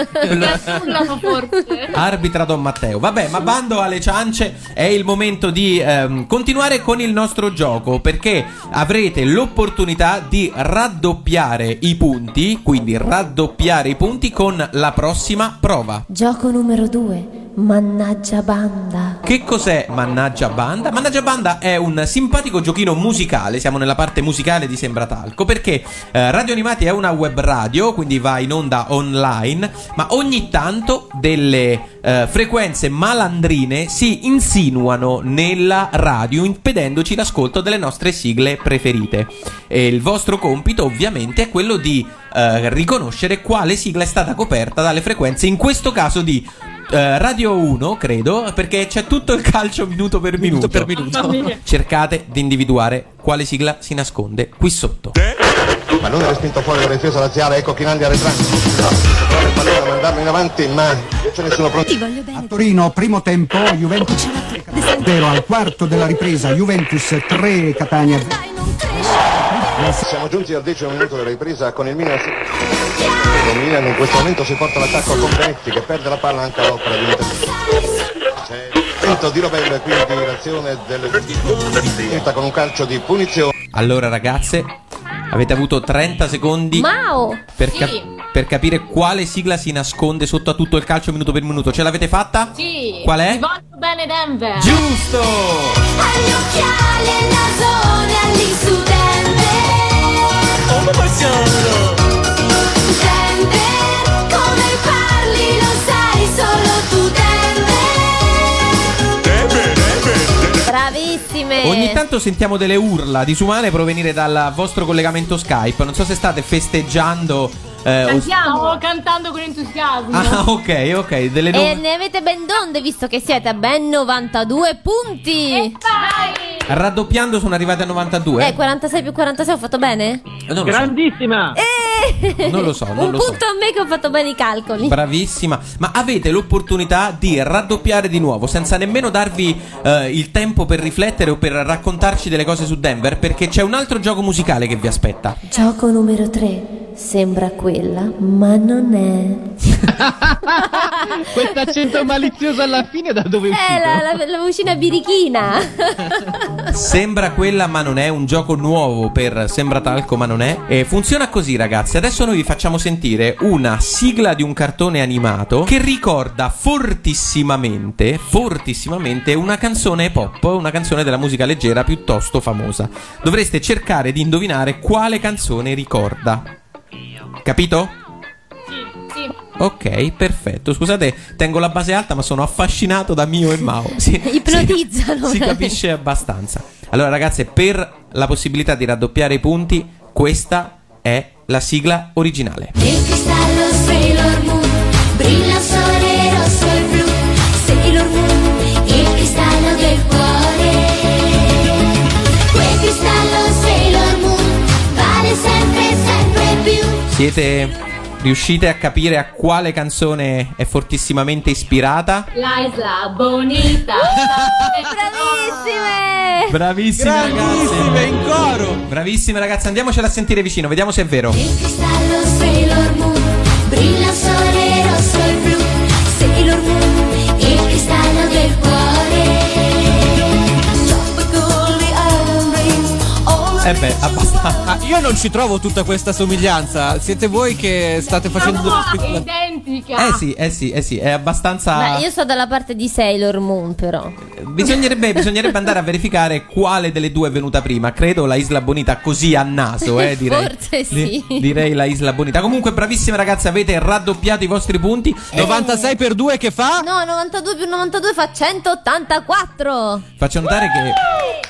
Arbitra Don Matteo. Vabbè, ma bando alle ciance, è il momento di continuare con il nostro gioco, perché avrete l'opportunità di raddoppiare i punti, quindi raddoppiare i punti con la prossima prova. Gioco numero 2. Mannaggia banda. Che cos'è Mannaggia Banda? Mannaggia Banda è un simpatico giochino musicale. Siamo nella parte musicale di Sembratalco, perché Radio Animati è una web radio, quindi va in onda online, ma ogni tanto delle frequenze malandrine si insinuano nella radio, impedendoci l'ascolto delle nostre sigle preferite. E il vostro compito ovviamente è quello di riconoscere quale sigla è stata coperta dalle frequenze, in questo caso di Radio 1, credo, perché c'è tutto il calcio minuto per minuto. Cercate di individuare quale sigla si nasconde qui sotto. Pallone respinto fuori dalla difesa laziale, ecco Chinaldi arretrando. Prova il pallone a mandarlo in avanti, ma non c'è nessuno pronto. A Torino, primo tempo, Juventus 0 al quarto della ripresa, Juventus 3, Catania 0. Siamo giunti al 10° minuto della ripresa con il Milan. Il Milan in questo momento si porta l'attacco con Benetti che perde la palla anche all'opera di c'è il momento di Robello e quindi l'azione del con un calcio di punizione. Allora ragazze, avete avuto 30 secondi per capire quale sigla si nasconde sotto a tutto il calcio minuto per minuto. Ce l'avete fatta? Sì. Qual è? Ti voglio bene Denver. Giusto. Agli occhiali e nasone lì su Denver. Come possiamo? Denver, come parli lo sai solo tu Denver. Bravissime. Ogni tanto sentiamo delle urla disumane provenire dal vostro collegamento Skype. Non so se state festeggiando. Stavo cantando con entusiasmo. Ah, ok. E ne avete ben donde, visto che siete a ben 92 punti. Raddoppiando sono arrivati a 92. 46 più 46 ho fatto bene? Non lo Grandissima. Non lo so. Un punto a me che ho fatto bene i calcoli. Bravissima. Ma avete l'opportunità di raddoppiare di nuovo senza nemmeno darvi il tempo per riflettere o per raccontarci delle cose su Denver, perché c'è un altro gioco musicale che vi aspetta. Gioco numero 3. Sembra quella, ma non è. Questo accento malizioso alla fine da dove è uscito? La vocina birichina. Sembra quella ma non è, un gioco nuovo per Sembratalco ma non è. E funziona così ragazzi, adesso noi vi facciamo sentire una sigla di un cartone animato che ricorda fortissimamente una canzone pop, una canzone della musica leggera piuttosto famosa. Dovreste cercare di indovinare quale canzone ricorda. Capito? Sì. Ok, perfetto. Scusate, tengo la base alta ma sono affascinato da Mio e Mao. Ipnotizzano. Si capisce abbastanza. Allora ragazze, per la possibilità di raddoppiare i punti, questa è la sigla originale. Il cristallo Sailor Moon brilla sole rosso e blu. Sailor Moon, il cristallo del cuore. Quel cristallo Sailor Moon vale sempre, sempre più. Siete riuscite a capire a quale canzone è fortissimamente ispirata? La Isla Bonita. Bravissime. Bravissime in coro. Bravissime ragazze, andiamocela a sentire vicino, vediamo se è vero. Il cristallo Sailor Moon brilla sole rosso e blu. Sailor Moon, il cristallo del cuore. Abbastanza. Io non ci trovo tutta questa somiglianza. Siete voi che state facendo È identica. Eh sì, è abbastanza. Ma io sto dalla parte di Sailor Moon, però. Bisognerebbe andare a verificare quale delle due è venuta prima. Credo la Isla Bonita, così a naso, direi. Forse sì. Direi la Isla Bonita. Comunque, bravissime ragazze, avete raddoppiato i vostri punti. 96 per 2 che fa? No, 92 più 92 fa 184. Faccio notare che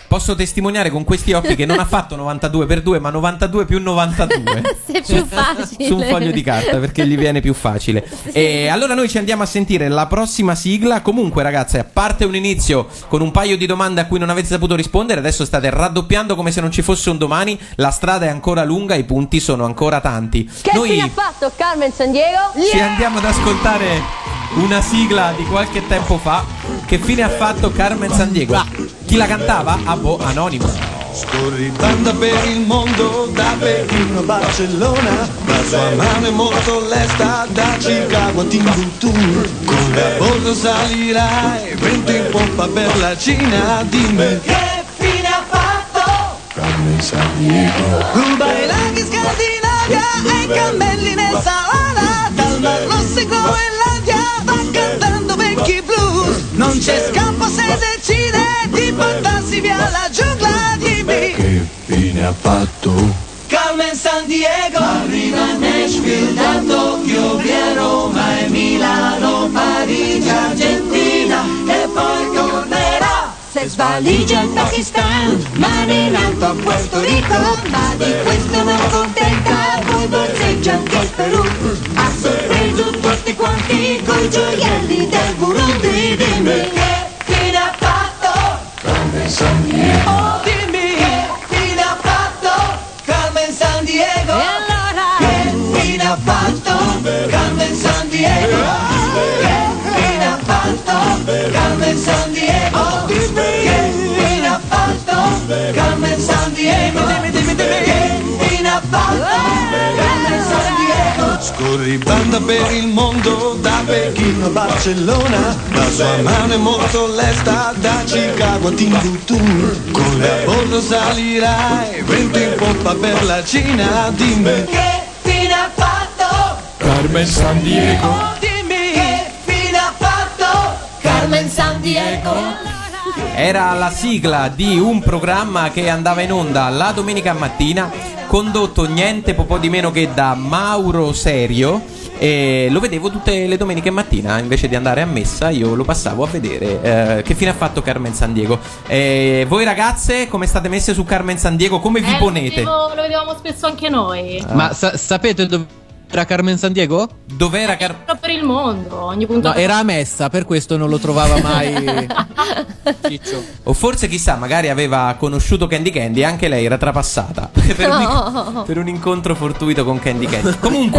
posso testimoniare con questi occhi che non ha fatto 92 per 2, ma 92 più 92 Se è più facile. su un foglio di carta, perché gli viene più facile. E allora noi ci andiamo a sentire la prossima sigla. Comunque ragazze, a parte un inizio con un paio di domande a cui non avete saputo rispondere, adesso state raddoppiando come se non ci fosse un domani. La strada è ancora lunga, i punti sono ancora tanti. Che fine ha fatto Carmen Sandiego? Ci andiamo ad ascoltare una sigla di qualche tempo fa. Che fine ha fatto Carmen Sandiego? Chi la cantava? Ah boh, anonimo. Scorri banda per il mondo, da Pechino a Barcellona, la sua mano è molto lesta, da Chicago a Timbuktu. Con la bordo salirai, vento in pompa per la Cina, dimmi che fine ha fatto Carmen Sandiego. Cuba e laghi Scandinavia e cammelli nel Sahara, dal Mar Rosso e Groenlandia va cantando vecchi blues. Non c'è scampo se decide di portarsi via la giungla, dimmi che fine ha fatto Carmen Sandiego. Arriva a Nashville da Tokyo via Roma e Milano, Parigi, Argentina e poi tornerà. Se svaligia il Pakistan, mare in alto a Puerto Rico, ma di questo non contenta, poi borseggia anche il Perù. Ha sorpreso tutti quanti coi gioielli del Burundi, dimmi che fine ha fatto Carmen Sandiego. Oh, dimmi che fine ha fatto Carmen Sandiego. E allora che fine ha fatto Carmen Sandiego? Che fine ha fatto Carmen Sandiego? Che fine ha fatto Carmen Sandiego? Che fine ha fatto Carmen Sandiego? Scorri banda per il mondo, da Pechino a Barcellona, la sua mano è molto lesta, da Chicago a Timbuktu. Con la bordo salirai, vento in pompa per la Cina, dimmi che fine ha fatto Carmen Sandiego. Oh, dimmi che fine ha fatto Carmen Sandiego. Era la sigla di un programma che andava in onda la domenica mattina, condotto niente po' di meno che da Mauro Serio, e lo vedevo tutte le domeniche mattina. Invece di andare a messa io lo passavo a vedere che fine ha fatto Carmen Sandiego. Voi ragazze come state messe su Carmen Sandiego? Come vi ponete? Lo vedevamo spesso anche noi. Ma sapete dove era Carmen Sandiego? Dov'era Per il mondo, ogni puntata. No, era a messa, per questo non lo trovava mai Ciccio. O forse chissà, magari aveva conosciuto Candy Candy e anche lei era trapassata per un incontro fortuito con Candy Candy.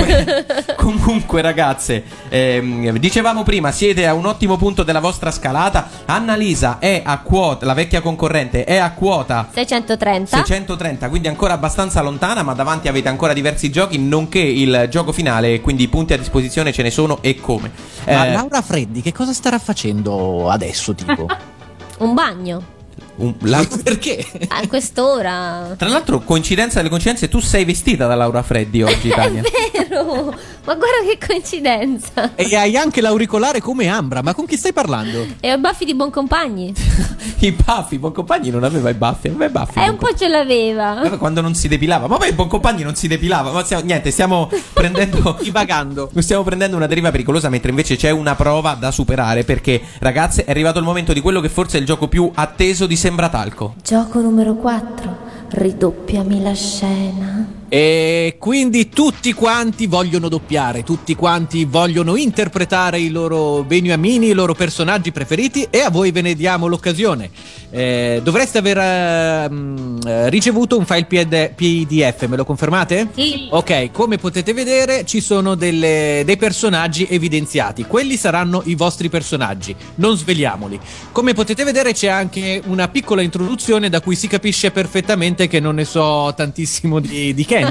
Comunque ragazze, dicevamo prima, siete a un ottimo punto della vostra scalata. Annalisa è a quota, la vecchia concorrente è a quota 630, quindi ancora abbastanza lontana, ma davanti avete ancora diversi giochi, nonché il gioco finale, quindi i punti a disposizione ce ne sono e come. Ma Laura Freddi che cosa starà facendo adesso, tipo? Un bagno. Perché? A quest'ora. Tra l'altro, coincidenza delle coincidenze, tu sei vestita da Laura Freddi oggi, Tania. È vero, ma guarda che coincidenza. E hai anche l'auricolare come Ambra, ma con chi stai parlando? E ho i baffi di Boncompagni. I baffi, Boncompagni non aveva i baffi, aveva i baffi. Un po' ce l'aveva. Quando non si depilava. Ma poi Boncompagni non si depilava. Ma stiamo prendendo divagando. Stiamo prendendo una deriva pericolosa, mentre invece c'è una prova da superare, perché ragazze è arrivato il momento di quello che forse è il gioco più atteso di Sembratalco. Gioco numero 4. Ridoppiami la scena. E quindi tutti quanti vogliono doppiare, tutti quanti vogliono interpretare i loro beniamini, i loro personaggi preferiti, e a voi ve ne diamo l'occasione. Dovreste aver ricevuto un file PDF, me lo confermate? Sì. Ok, come potete vedere ci sono dei personaggi evidenziati. Quelli saranno i vostri personaggi, non sveliamoli. Come potete vedere c'è anche una piccola introduzione da cui si capisce perfettamente che non ne so tantissimo di Candy.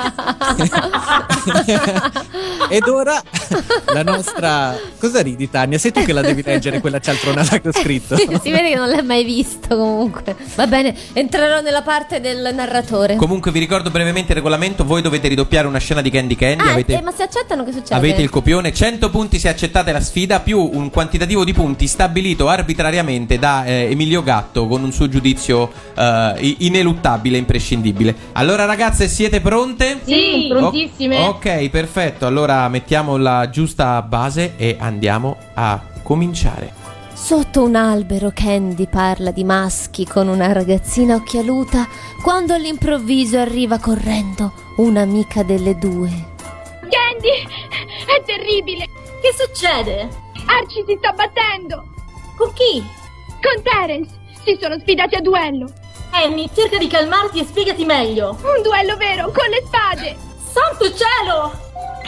Ed ora la nostra... Cosa ridi, Tania? Sei tu che la devi leggere quella cialtronata che ho scritto. Si vede che non l'hai mai visto comunque. Va bene, entrerò nella parte del narratore. Comunque vi ricordo brevemente il regolamento. Voi dovete ridoppiare una scena di Candy Candy. Ma se accettano che succede? Avete il copione, 100 punti se accettate la sfida, più un quantitativo di punti stabilito arbitrariamente da Emilio Gatto, con un suo giudizio ineluttabile, imprescindibile. Allora ragazze, siete pronte? Sì, prontissime. Ok, perfetto. Allora mettiamo la giusta base e andiamo a cominciare. Sotto un albero Candy parla di maschi con una ragazzina occhialuta quando all'improvviso arriva correndo un'amica delle due. Candy, è terribile. Che succede? Archie si sta battendo. Con chi? Con Terence. Si sono sfidati a duello. Annie, cerca di calmarti e spiegati meglio. Un duello vero, con le spade. Santo cielo!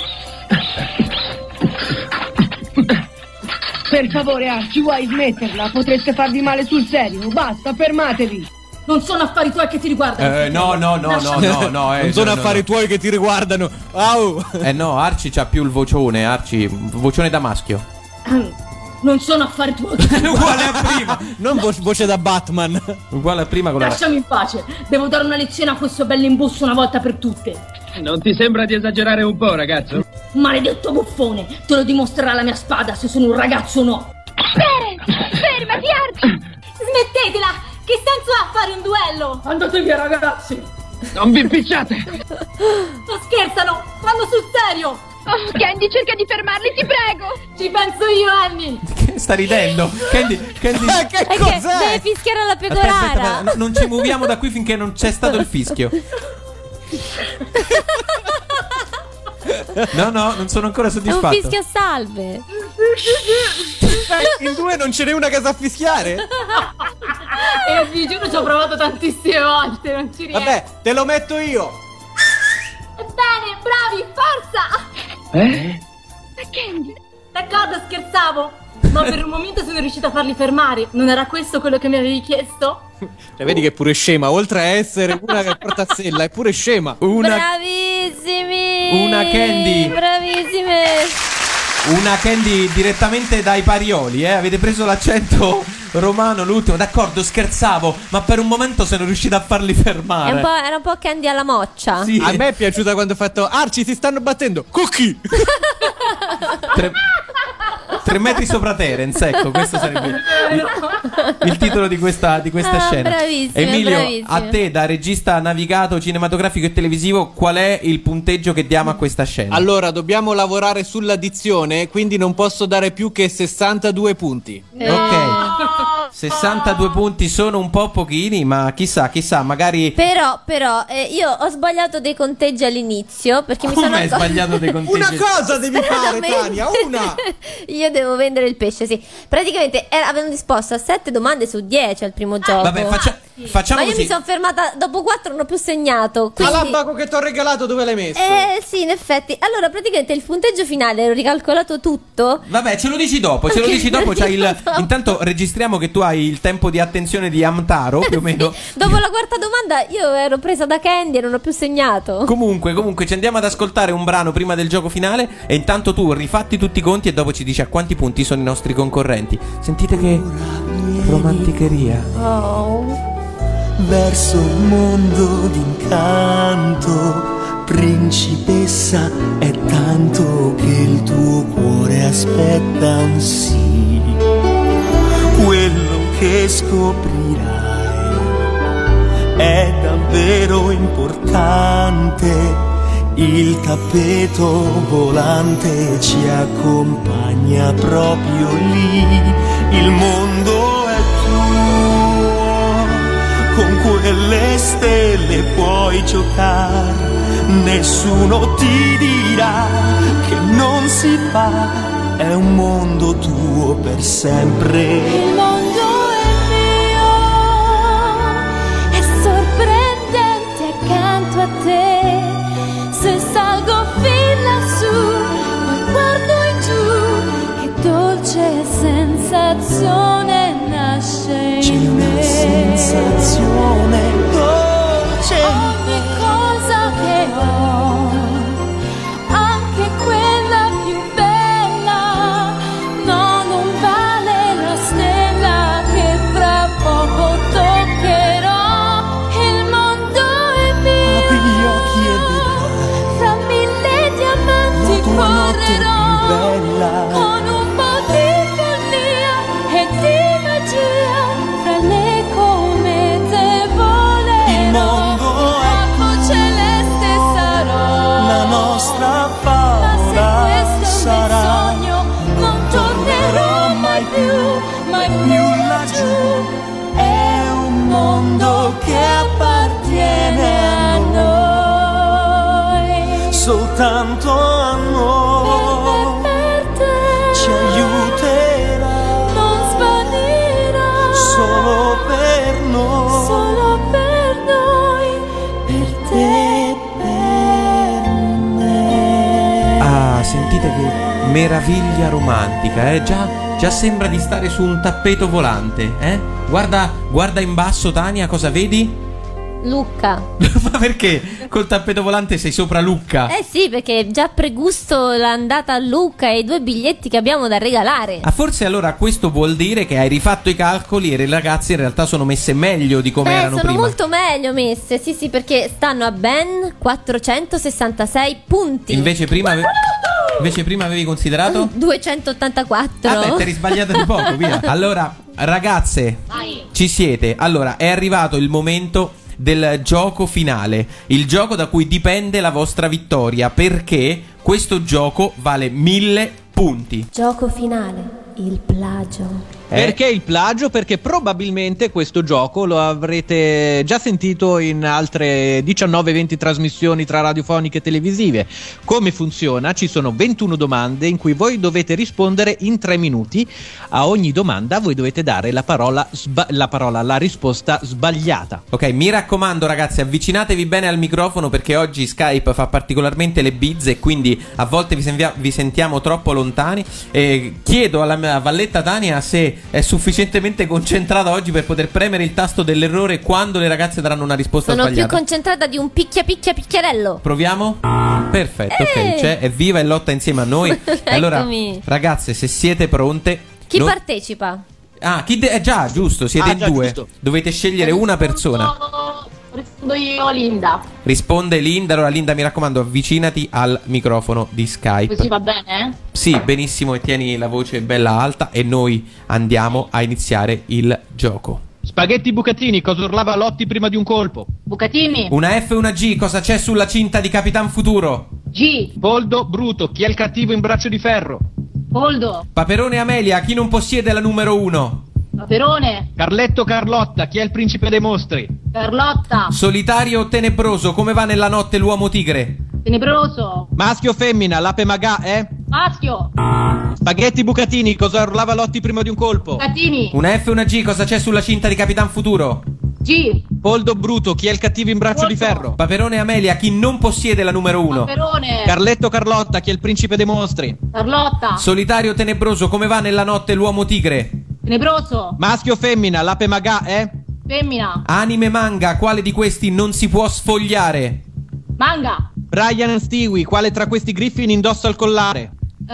Per favore, Archie, vuoi smetterla? Potreste farvi male sul serio. Basta, fermatevi. Non sono affari tuoi che ti riguardano. No. Non sono affari tuoi che ti riguardano. Au! No, Archie c'ha più il vocione, vocione da maschio. Non sono affari tuoi. Uguale a prima. Non voce da Batman. Uguale a prima con la... Lasciami in pace. Devo dare una lezione a questo bell'imbusto una volta per tutte. Non ti sembra di esagerare un po', ragazzo? Maledetto buffone. Te lo dimostrerà la mia spada se sono un ragazzo o no. Fermati, Archie. Smettetela. Che senso ha fare un duello? Andate via, ragazzi. Non vi impicciate. Non scherzano. Fanno sul serio. Oh, Candy, cerca di fermarli, ti prego. Ci penso io, Annie. Che sta ridendo? Candy Che cos'è? Che deve fischiare alla pegorara. Aspetta, non ci muoviamo da qui finché non c'è stato il fischio. No, non sono ancora È soddisfatto. un fischio a salve. In due non ce n'è una che sa fischiare? E vi giuro ci ho provato tantissime volte. Non ci riesco. Vabbè, te lo metto io. Bene, bravi, forza. Candy. D'accordo, scherzavo. Ma per un momento sono riuscita a farli fermare. Non era questo quello che mi avevi chiesto? Cioè, vedi che è pure scema. Oltre a essere una che porta sella, è pure scema. Bravissimi. Una Candy. Bravissime. Una Candy direttamente dai Parioli, Avete preso l'accento romano, l'ultimo. D'accordo, scherzavo, ma per un momento sono riuscito a farli fermare. Era un po' Candy alla moccia. Sì. A me è piaciuta quando ho fatto Archie, si stanno battendo. Cookie. 3 metri sopra Terence, ecco, questo sarebbe il titolo di questa scena. Bravissime, Emilio, bravissime. a te da regista navigato cinematografico e televisivo, qual è il punteggio che diamo a questa scena? Allora, dobbiamo lavorare sull'addizione, quindi non posso dare più che 62 punti. Ok, 62 punti sono un po' pochini, ma chissà, magari... Però io ho sbagliato dei conteggi all'inizio perché mi Come sono hai sbagliato dei conteggi? Una cosa devi fare, Veramente. Tania, una. Io devo vendere il pesce, sì. Praticamente avevano disposto a 7 domande su 10 al primo gioco. Vabbè, facciamo Ma io così. mi sono fermata dopo 4, non ho più segnato. Ma Quindi... l'abbaco che ti ho regalato dove l'hai messo? Sì, in effetti. Allora, praticamente il punteggio finale ero ricalcolato tutto. Vabbè, ce lo dici dopo, c'hai Intanto registriamo che tu hai il tempo di attenzione di Amtaro, più o meno. Dopo la quarta domanda io ero presa da Candy e non ho più segnato. Comunque, ci andiamo ad ascoltare un brano prima del gioco finale. E intanto tu rifatti tutti i conti e dopo ci dici a quanti punti sono i nostri concorrenti. Sentite che romanticheria. Oh. Verso un mondo d'incanto, principessa, è tanto che il tuo cuore aspetta un sì. Quello che scoprirai è davvero importante. Il tappeto volante ci accompagna proprio lì. Il mondo è tuo, con quelle stelle puoi giocare. Nessuno ti dirà che non si fa. È un mondo tuo per sempre. Il mondo è mio, è sorprendente accanto a te. Se salgo fin lassù, poi guardo in giù, che dolce sensazione nasce C'è in una me. sensazione dolce. Ogni cosa che ho, anche quella più bella, no, non vale la stella che fra poco toccherò. Il mondo è mio, Apri gli occhi e vedrai fra 1000 diamanti la tua notte correrò, più bella. con un po' di follia e di magia, fra le comete volerò. Il mondo è Corpo celeste sarò. che appartiene a noi, soltanto a noi, per te, ci aiuterà, non svanirà, solo per noi, per te, per me. Ah, sentite che meraviglia romantica, già sembra di stare su un tappeto volante, Guarda in basso, Tania, cosa vedi? Lucca. Ma perché col tappeto volante sei sopra Lucca? Sì, perché già pregusto l'andata a Lucca e i 2 biglietti che abbiamo da regalare. Ah, forse allora questo vuol dire che hai rifatto i calcoli e le ragazze in realtà sono messe meglio di come erano sono prima. molto meglio messe, sì, perché stanno a ben 466 punti. Invece prima avevi considerato? 284. Vabbè, ti eri sbagliata di poco, via. Allora, ragazze, ci siete. Allora, è arrivato il momento del gioco finale, il gioco da cui dipende la vostra vittoria, perché questo gioco vale 1000 punti. Gioco finale, il plagio. Perché il plagio? Perché probabilmente questo gioco lo avrete già sentito in altre 19-20 trasmissioni tra radiofoniche e televisive. Come funziona? Ci sono 21 domande in cui voi dovete rispondere in 3 minuti. A ogni domanda voi dovete dare la risposta sbagliata. Ok, mi raccomando ragazzi, avvicinatevi bene al microfono perché oggi Skype fa particolarmente le bizze e quindi a volte vi sentiamo troppo lontani. Chiedo alla mia valletta Tania se è sufficientemente concentrata oggi per poter premere il tasto dell'errore quando le ragazze daranno una risposta sbagliata. Sono più concentrata di un picchiarello. Proviamo? Perfetto, ok, c'è, è viva e lotta insieme a noi. Allora, ragazze, se siete pronte. Chi partecipa? Ah, già, giusto, siete in 2. Giusto. Dovete scegliere una persona. Rispondo io, Linda. Risponde Linda. Allora Linda, mi raccomando, avvicinati al microfono di Skype. Così va bene? Sì, benissimo, e tieni la voce bella alta e noi andiamo a iniziare il gioco. Spaghetti Bucatini, cosa urlava Lotti prima di un colpo? Bucatini. Una F e una G, cosa c'è sulla cinta di Capitan Futuro? G. Poldo, Bruto, chi è il cattivo in Braccio di Ferro? Poldo. Paperone Amelia, chi non possiede la numero 1? Paperone. Carletto Carlotta, chi è il principe dei mostri? Carlotta. Solitario o tenebroso, come va nella notte l'uomo tigre? Tenebroso. Maschio o femmina, l'ape magà è? Maschio. Spaghetti Bucatini, cosa urlava Lotti prima di un colpo? Bucatini. Una F e una G, cosa c'è sulla cinta di Capitan Futuro? G. Poldo Bruto, chi è il cattivo in Braccio di Ferro? Paperone Amelia, chi non possiede la numero 1? Paperone. Carletto Carlotta, chi è il principe dei mostri? Carlotta. Solitario o tenebroso, come va nella notte l'uomo tigre? Tenebroso. Maschio o femmina, l'ape magà è? Femmina. Anime manga, quale di questi non si può sfogliare? Manga. Brian e Stewie, quale tra questi Griffin indossa il collare?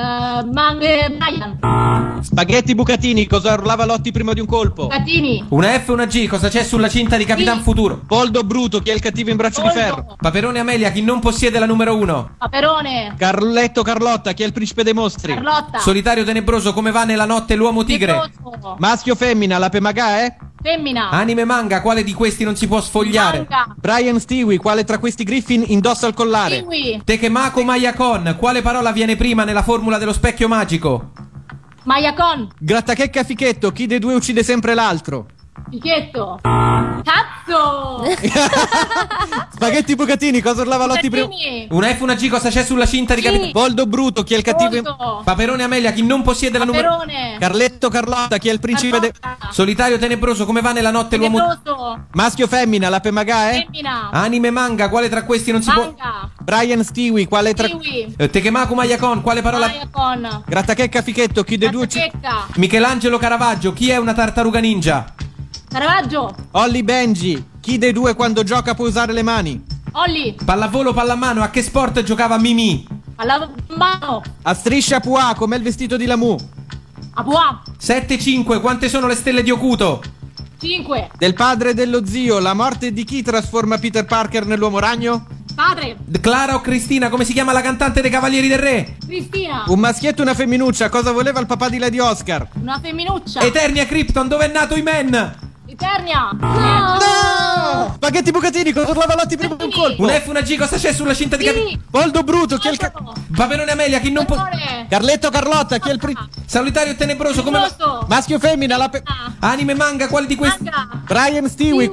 Brian. Spaghetti Bucatini, cosa urlava Lotti prima di un colpo? Bucatini. Una F e una G, cosa c'è sulla cinta di Capitan Futuro? Poldo Bruto, chi è il cattivo in Braccio di Ferro? Paperone Amelia, chi non possiede la numero 1? Paperone. Carletto Carlotta, chi è il principe dei mostri? Carlotta. Solitario Tenebroso, come va nella notte l'uomo tigre? Tenebroso. Maschio o femmina, l'ape magà è? Femmina. Anime manga, quale di questi non si può sfogliare? Manga. Brian Stewie, quale tra questi Griffin indossa il collare? Stewie. Tekemako Mayakon, quale parola viene prima nella formula dello specchio magico? Mayakon. Grattachecca Fichetto, chi dei due uccide sempre l'altro? Fichetto. Cazzo. Spaghetti Bucatini, cosa urlava Lotti prima? Una F, una G, cosa c'è sulla cinta di Capitan? Poldo Bruto, chi è il cattivo in... Paperone Amelia, chi non possiede la numero... Carletto Carlotta, chi è il principe de... Solitario Tenebroso, come va nella notte l'uomo... Maschio o femmina, l'ape magà è? Femmina. Anime manga, quale tra questi non si può... Brian Stewie, quale tra... Tekemako Mayakon, quale parola... Mayakon. Grattachecca Fichetto, chi dei due... Michelangelo Caravaggio, chi è una tartaruga ninja? Caravaggio. Olli Benji, chi dei due quando gioca può usare le mani? Olli. Pallavolo, pallamano, a che sport giocava Mimì? Pallamano. A striscia Pua, com'è il vestito di Lamu? A Pua. 7-5, quante sono le stelle di Okuto? 5. Del padre e dello zio, la morte di chi trasforma Peter Parker nell'uomo ragno? Padre. Clara o Cristina, come si chiama la cantante dei Cavalieri del Re? Cristina. Un maschietto e una femminuccia, cosa voleva il papà di Lady Oscar? Una femminuccia. Eternia Krypton, dove è nato Iman? Ternia. No! Spaghetti bucatini con urlava Lotti prima di un colpo. Una F, una G, cosa c'è sulla cinta di capelli? Poldo Bruto, chi è il Paperone Amelia, chi non può. Carletto Carlotta, chi è il Solitario Tenebroso, come maschio o femmina, Anime manga, quali di questi? Brian Stewie.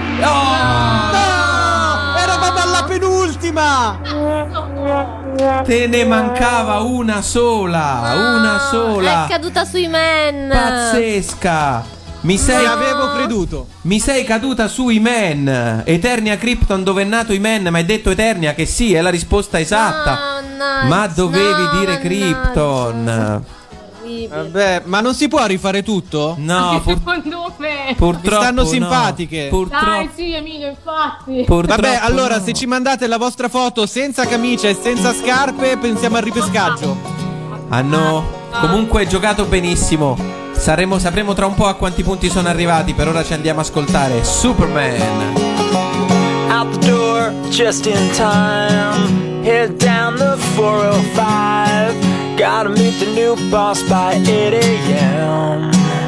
Eravamo alla penultima. Te ne mancava una sola. È caduta sui men. Pazzesca. Mi avevo creduto. Mi sei caduta sui men. Eternia Krypton, dove è nato i men? Ma hai detto Eternia, che sì, è la risposta esatta. Ma dovevi dire Krypton. Vabbè, ma non si può rifare tutto? No, Secondo me. purtroppo mi stanno no. simpatiche. Dai, sì, Emilio, infatti. Vabbè, allora, se ci mandate la vostra foto senza camicia e senza scarpe, pensiamo al ripescaggio. Ah no. Comunque giocato benissimo. Sapremo tra un po' a quanti punti sono arrivati. Per ora ci andiamo a ascoltare Superman. Out the door just in time. Head down the 405. Gotta meet the new boss by 8 a.m.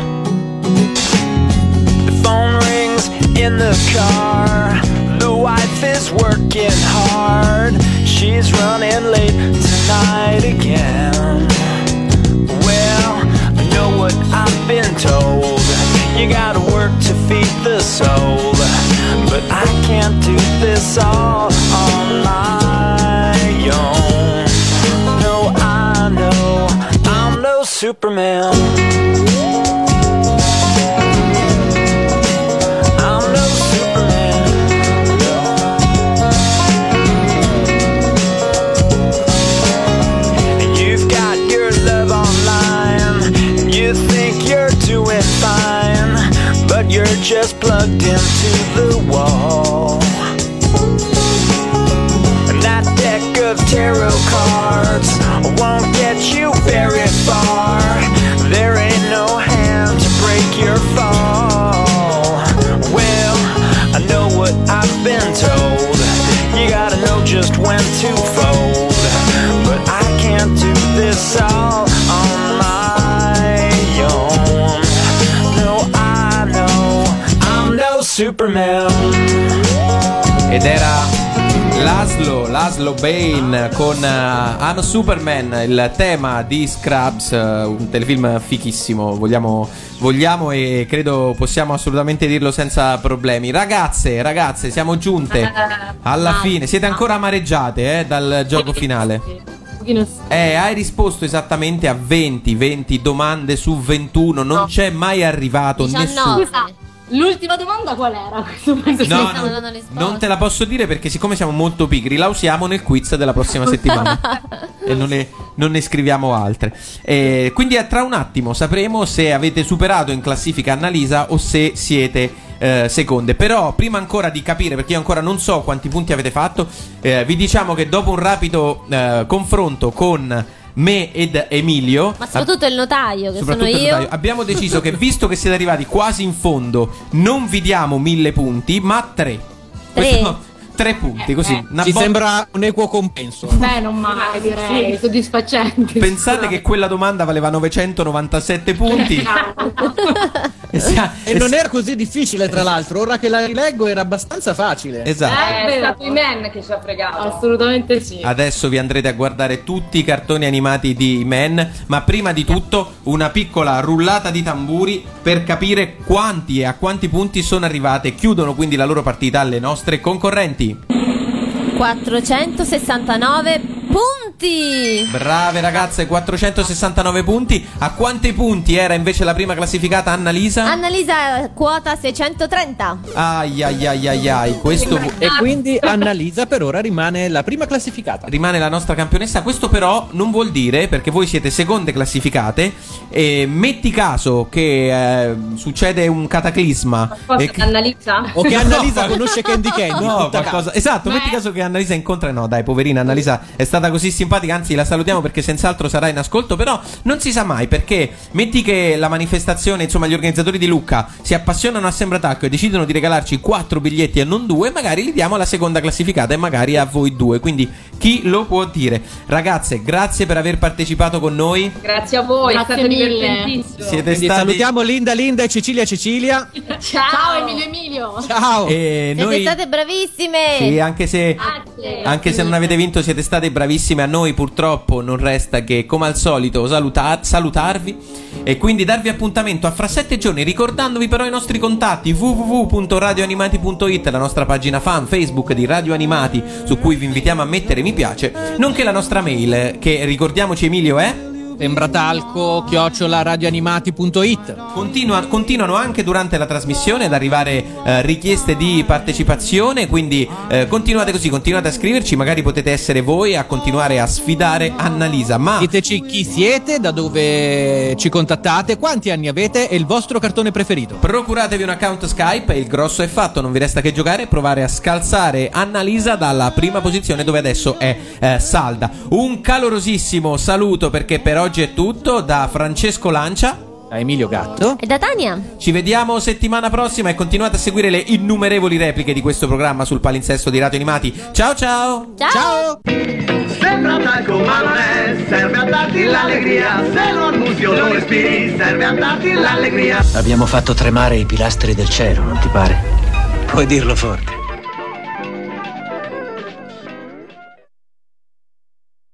The phone rings in the car. The wife is working hard. She's running late tonight again. Well, I know what I've been told. You gotta work to feed the soul. But I can't do this all on my own. No, I know I'm no Superman. I'm no Superman. And you've got your love online, and you think you're doing fine, but you're just plugged into the wall. And that deck of tarot cards won't get you very far. There ain't no hand to break your fall. Well, I know what I've been told. You gotta know just when to fold. But I can't do this all on my own. No, I know I'm no Superman. Ed era Laszlo Bane con I'm Superman, il tema di Scrubs, un telefilm fichissimo, vogliamo e credo possiamo assolutamente dirlo senza problemi. Ragazze, siamo giunte alla fine. Siete ancora amareggiate dal gioco finale? Hai risposto esattamente a 20 domande su 21, non c'è mai arrivato 19. nessuno. L'ultima domanda qual era? No, non te la posso dire perché siccome siamo molto pigri la usiamo nel quiz della prossima settimana e non ne scriviamo altre. Quindi tra un attimo sapremo se avete superato in classifica Annalisa o se siete seconde. Però prima ancora di capire, perché io ancora non so quanti punti avete fatto, vi diciamo che dopo un rapido confronto con me ed Emilio, ma soprattutto il notaio, che sono io, abbiamo deciso che visto che siete arrivati quasi in fondo non vi diamo 1000 punti ma 3 punti, così ci sembra un equo compenso. Beh, non male, direi, soddisfacente. Pensate che quella domanda valeva 997 punti. E non era così difficile, tra l'altro. Ora che la rileggo era abbastanza facile. Esatto. È stato i men che ci ha fregato. Assolutamente sì. Adesso vi andrete a guardare tutti i cartoni animati di Men, ma prima di tutto una piccola rullata di tamburi per capire quanti e a quanti punti sono arrivate. Chiudono quindi la loro partita alle nostre concorrenti. 469 punti. Brave ragazze, 469 punti. A quanti punti era invece la prima classificata Annalisa? Annalisa quota 630. Ai, questo e quindi Annalisa per ora rimane la prima classificata. Rimane la nostra campionessa. Questo però non vuol dire, perché voi siete seconde classificate, metti caso che succede un cataclisma Annalisa? O che Annalisa conosce Candy Candy. No, qualcosa. Esatto, metti caso che Annalisa incontra. No, dai, poverina Annalisa è stata così simpatica, anzi la salutiamo perché senz'altro sarà in ascolto. Però non si sa mai, perché metti che la manifestazione, insomma gli organizzatori di Lucca si appassionano a Sembratacco e decidono di regalarci 4 biglietti e non 2, magari li diamo alla seconda classificata e magari a voi 2. Quindi chi lo può dire? Ragazze, grazie per aver partecipato con noi. Grazie a voi, grazie è stato mille. divertentissimo. Siete stati... Salutiamo Linda e Cecilia. Ciao Emilio. Ciao. Siete state bravissime. Sì, anche se non avete vinto siete state bravissime. A noi purtroppo non resta che, come al solito, salutarvi e quindi darvi appuntamento a fra 7 giorni, ricordandovi però i nostri contatti: www.radioanimati.it, la nostra pagina fan Facebook di Radio Animati, su cui vi invitiamo a mettere mi piace, nonché la nostra mail, che ricordiamoci Emilio è sembratalco@radioanimati.it. Continuano anche durante la trasmissione ad arrivare richieste di partecipazione, quindi continuate così, continuate a scriverci, magari potete essere voi a continuare a sfidare Annalisa. Ma diteci chi siete, da dove ci contattate, quanti anni avete e il vostro cartone preferito. Procuratevi un account Skype e il grosso è fatto, non vi resta che giocare e provare a scalzare Annalisa dalla prima posizione, dove adesso è salda. Un calorosissimo saluto, perché per oggi è tutto, da Francesco Lancia, da Emilio Gatto e da Tania. Ci vediamo settimana prossima e continuate a seguire le innumerevoli repliche di questo programma sul palinsesto di Radio Animati. Ciao ciao. Ciao. Sembra talco ma non è, serve a darti l'allegria. Se lo annusi o lo respiri, serve a darti l'allegria. Abbiamo fatto tremare i pilastri del cielo, non ti pare? Puoi dirlo forte.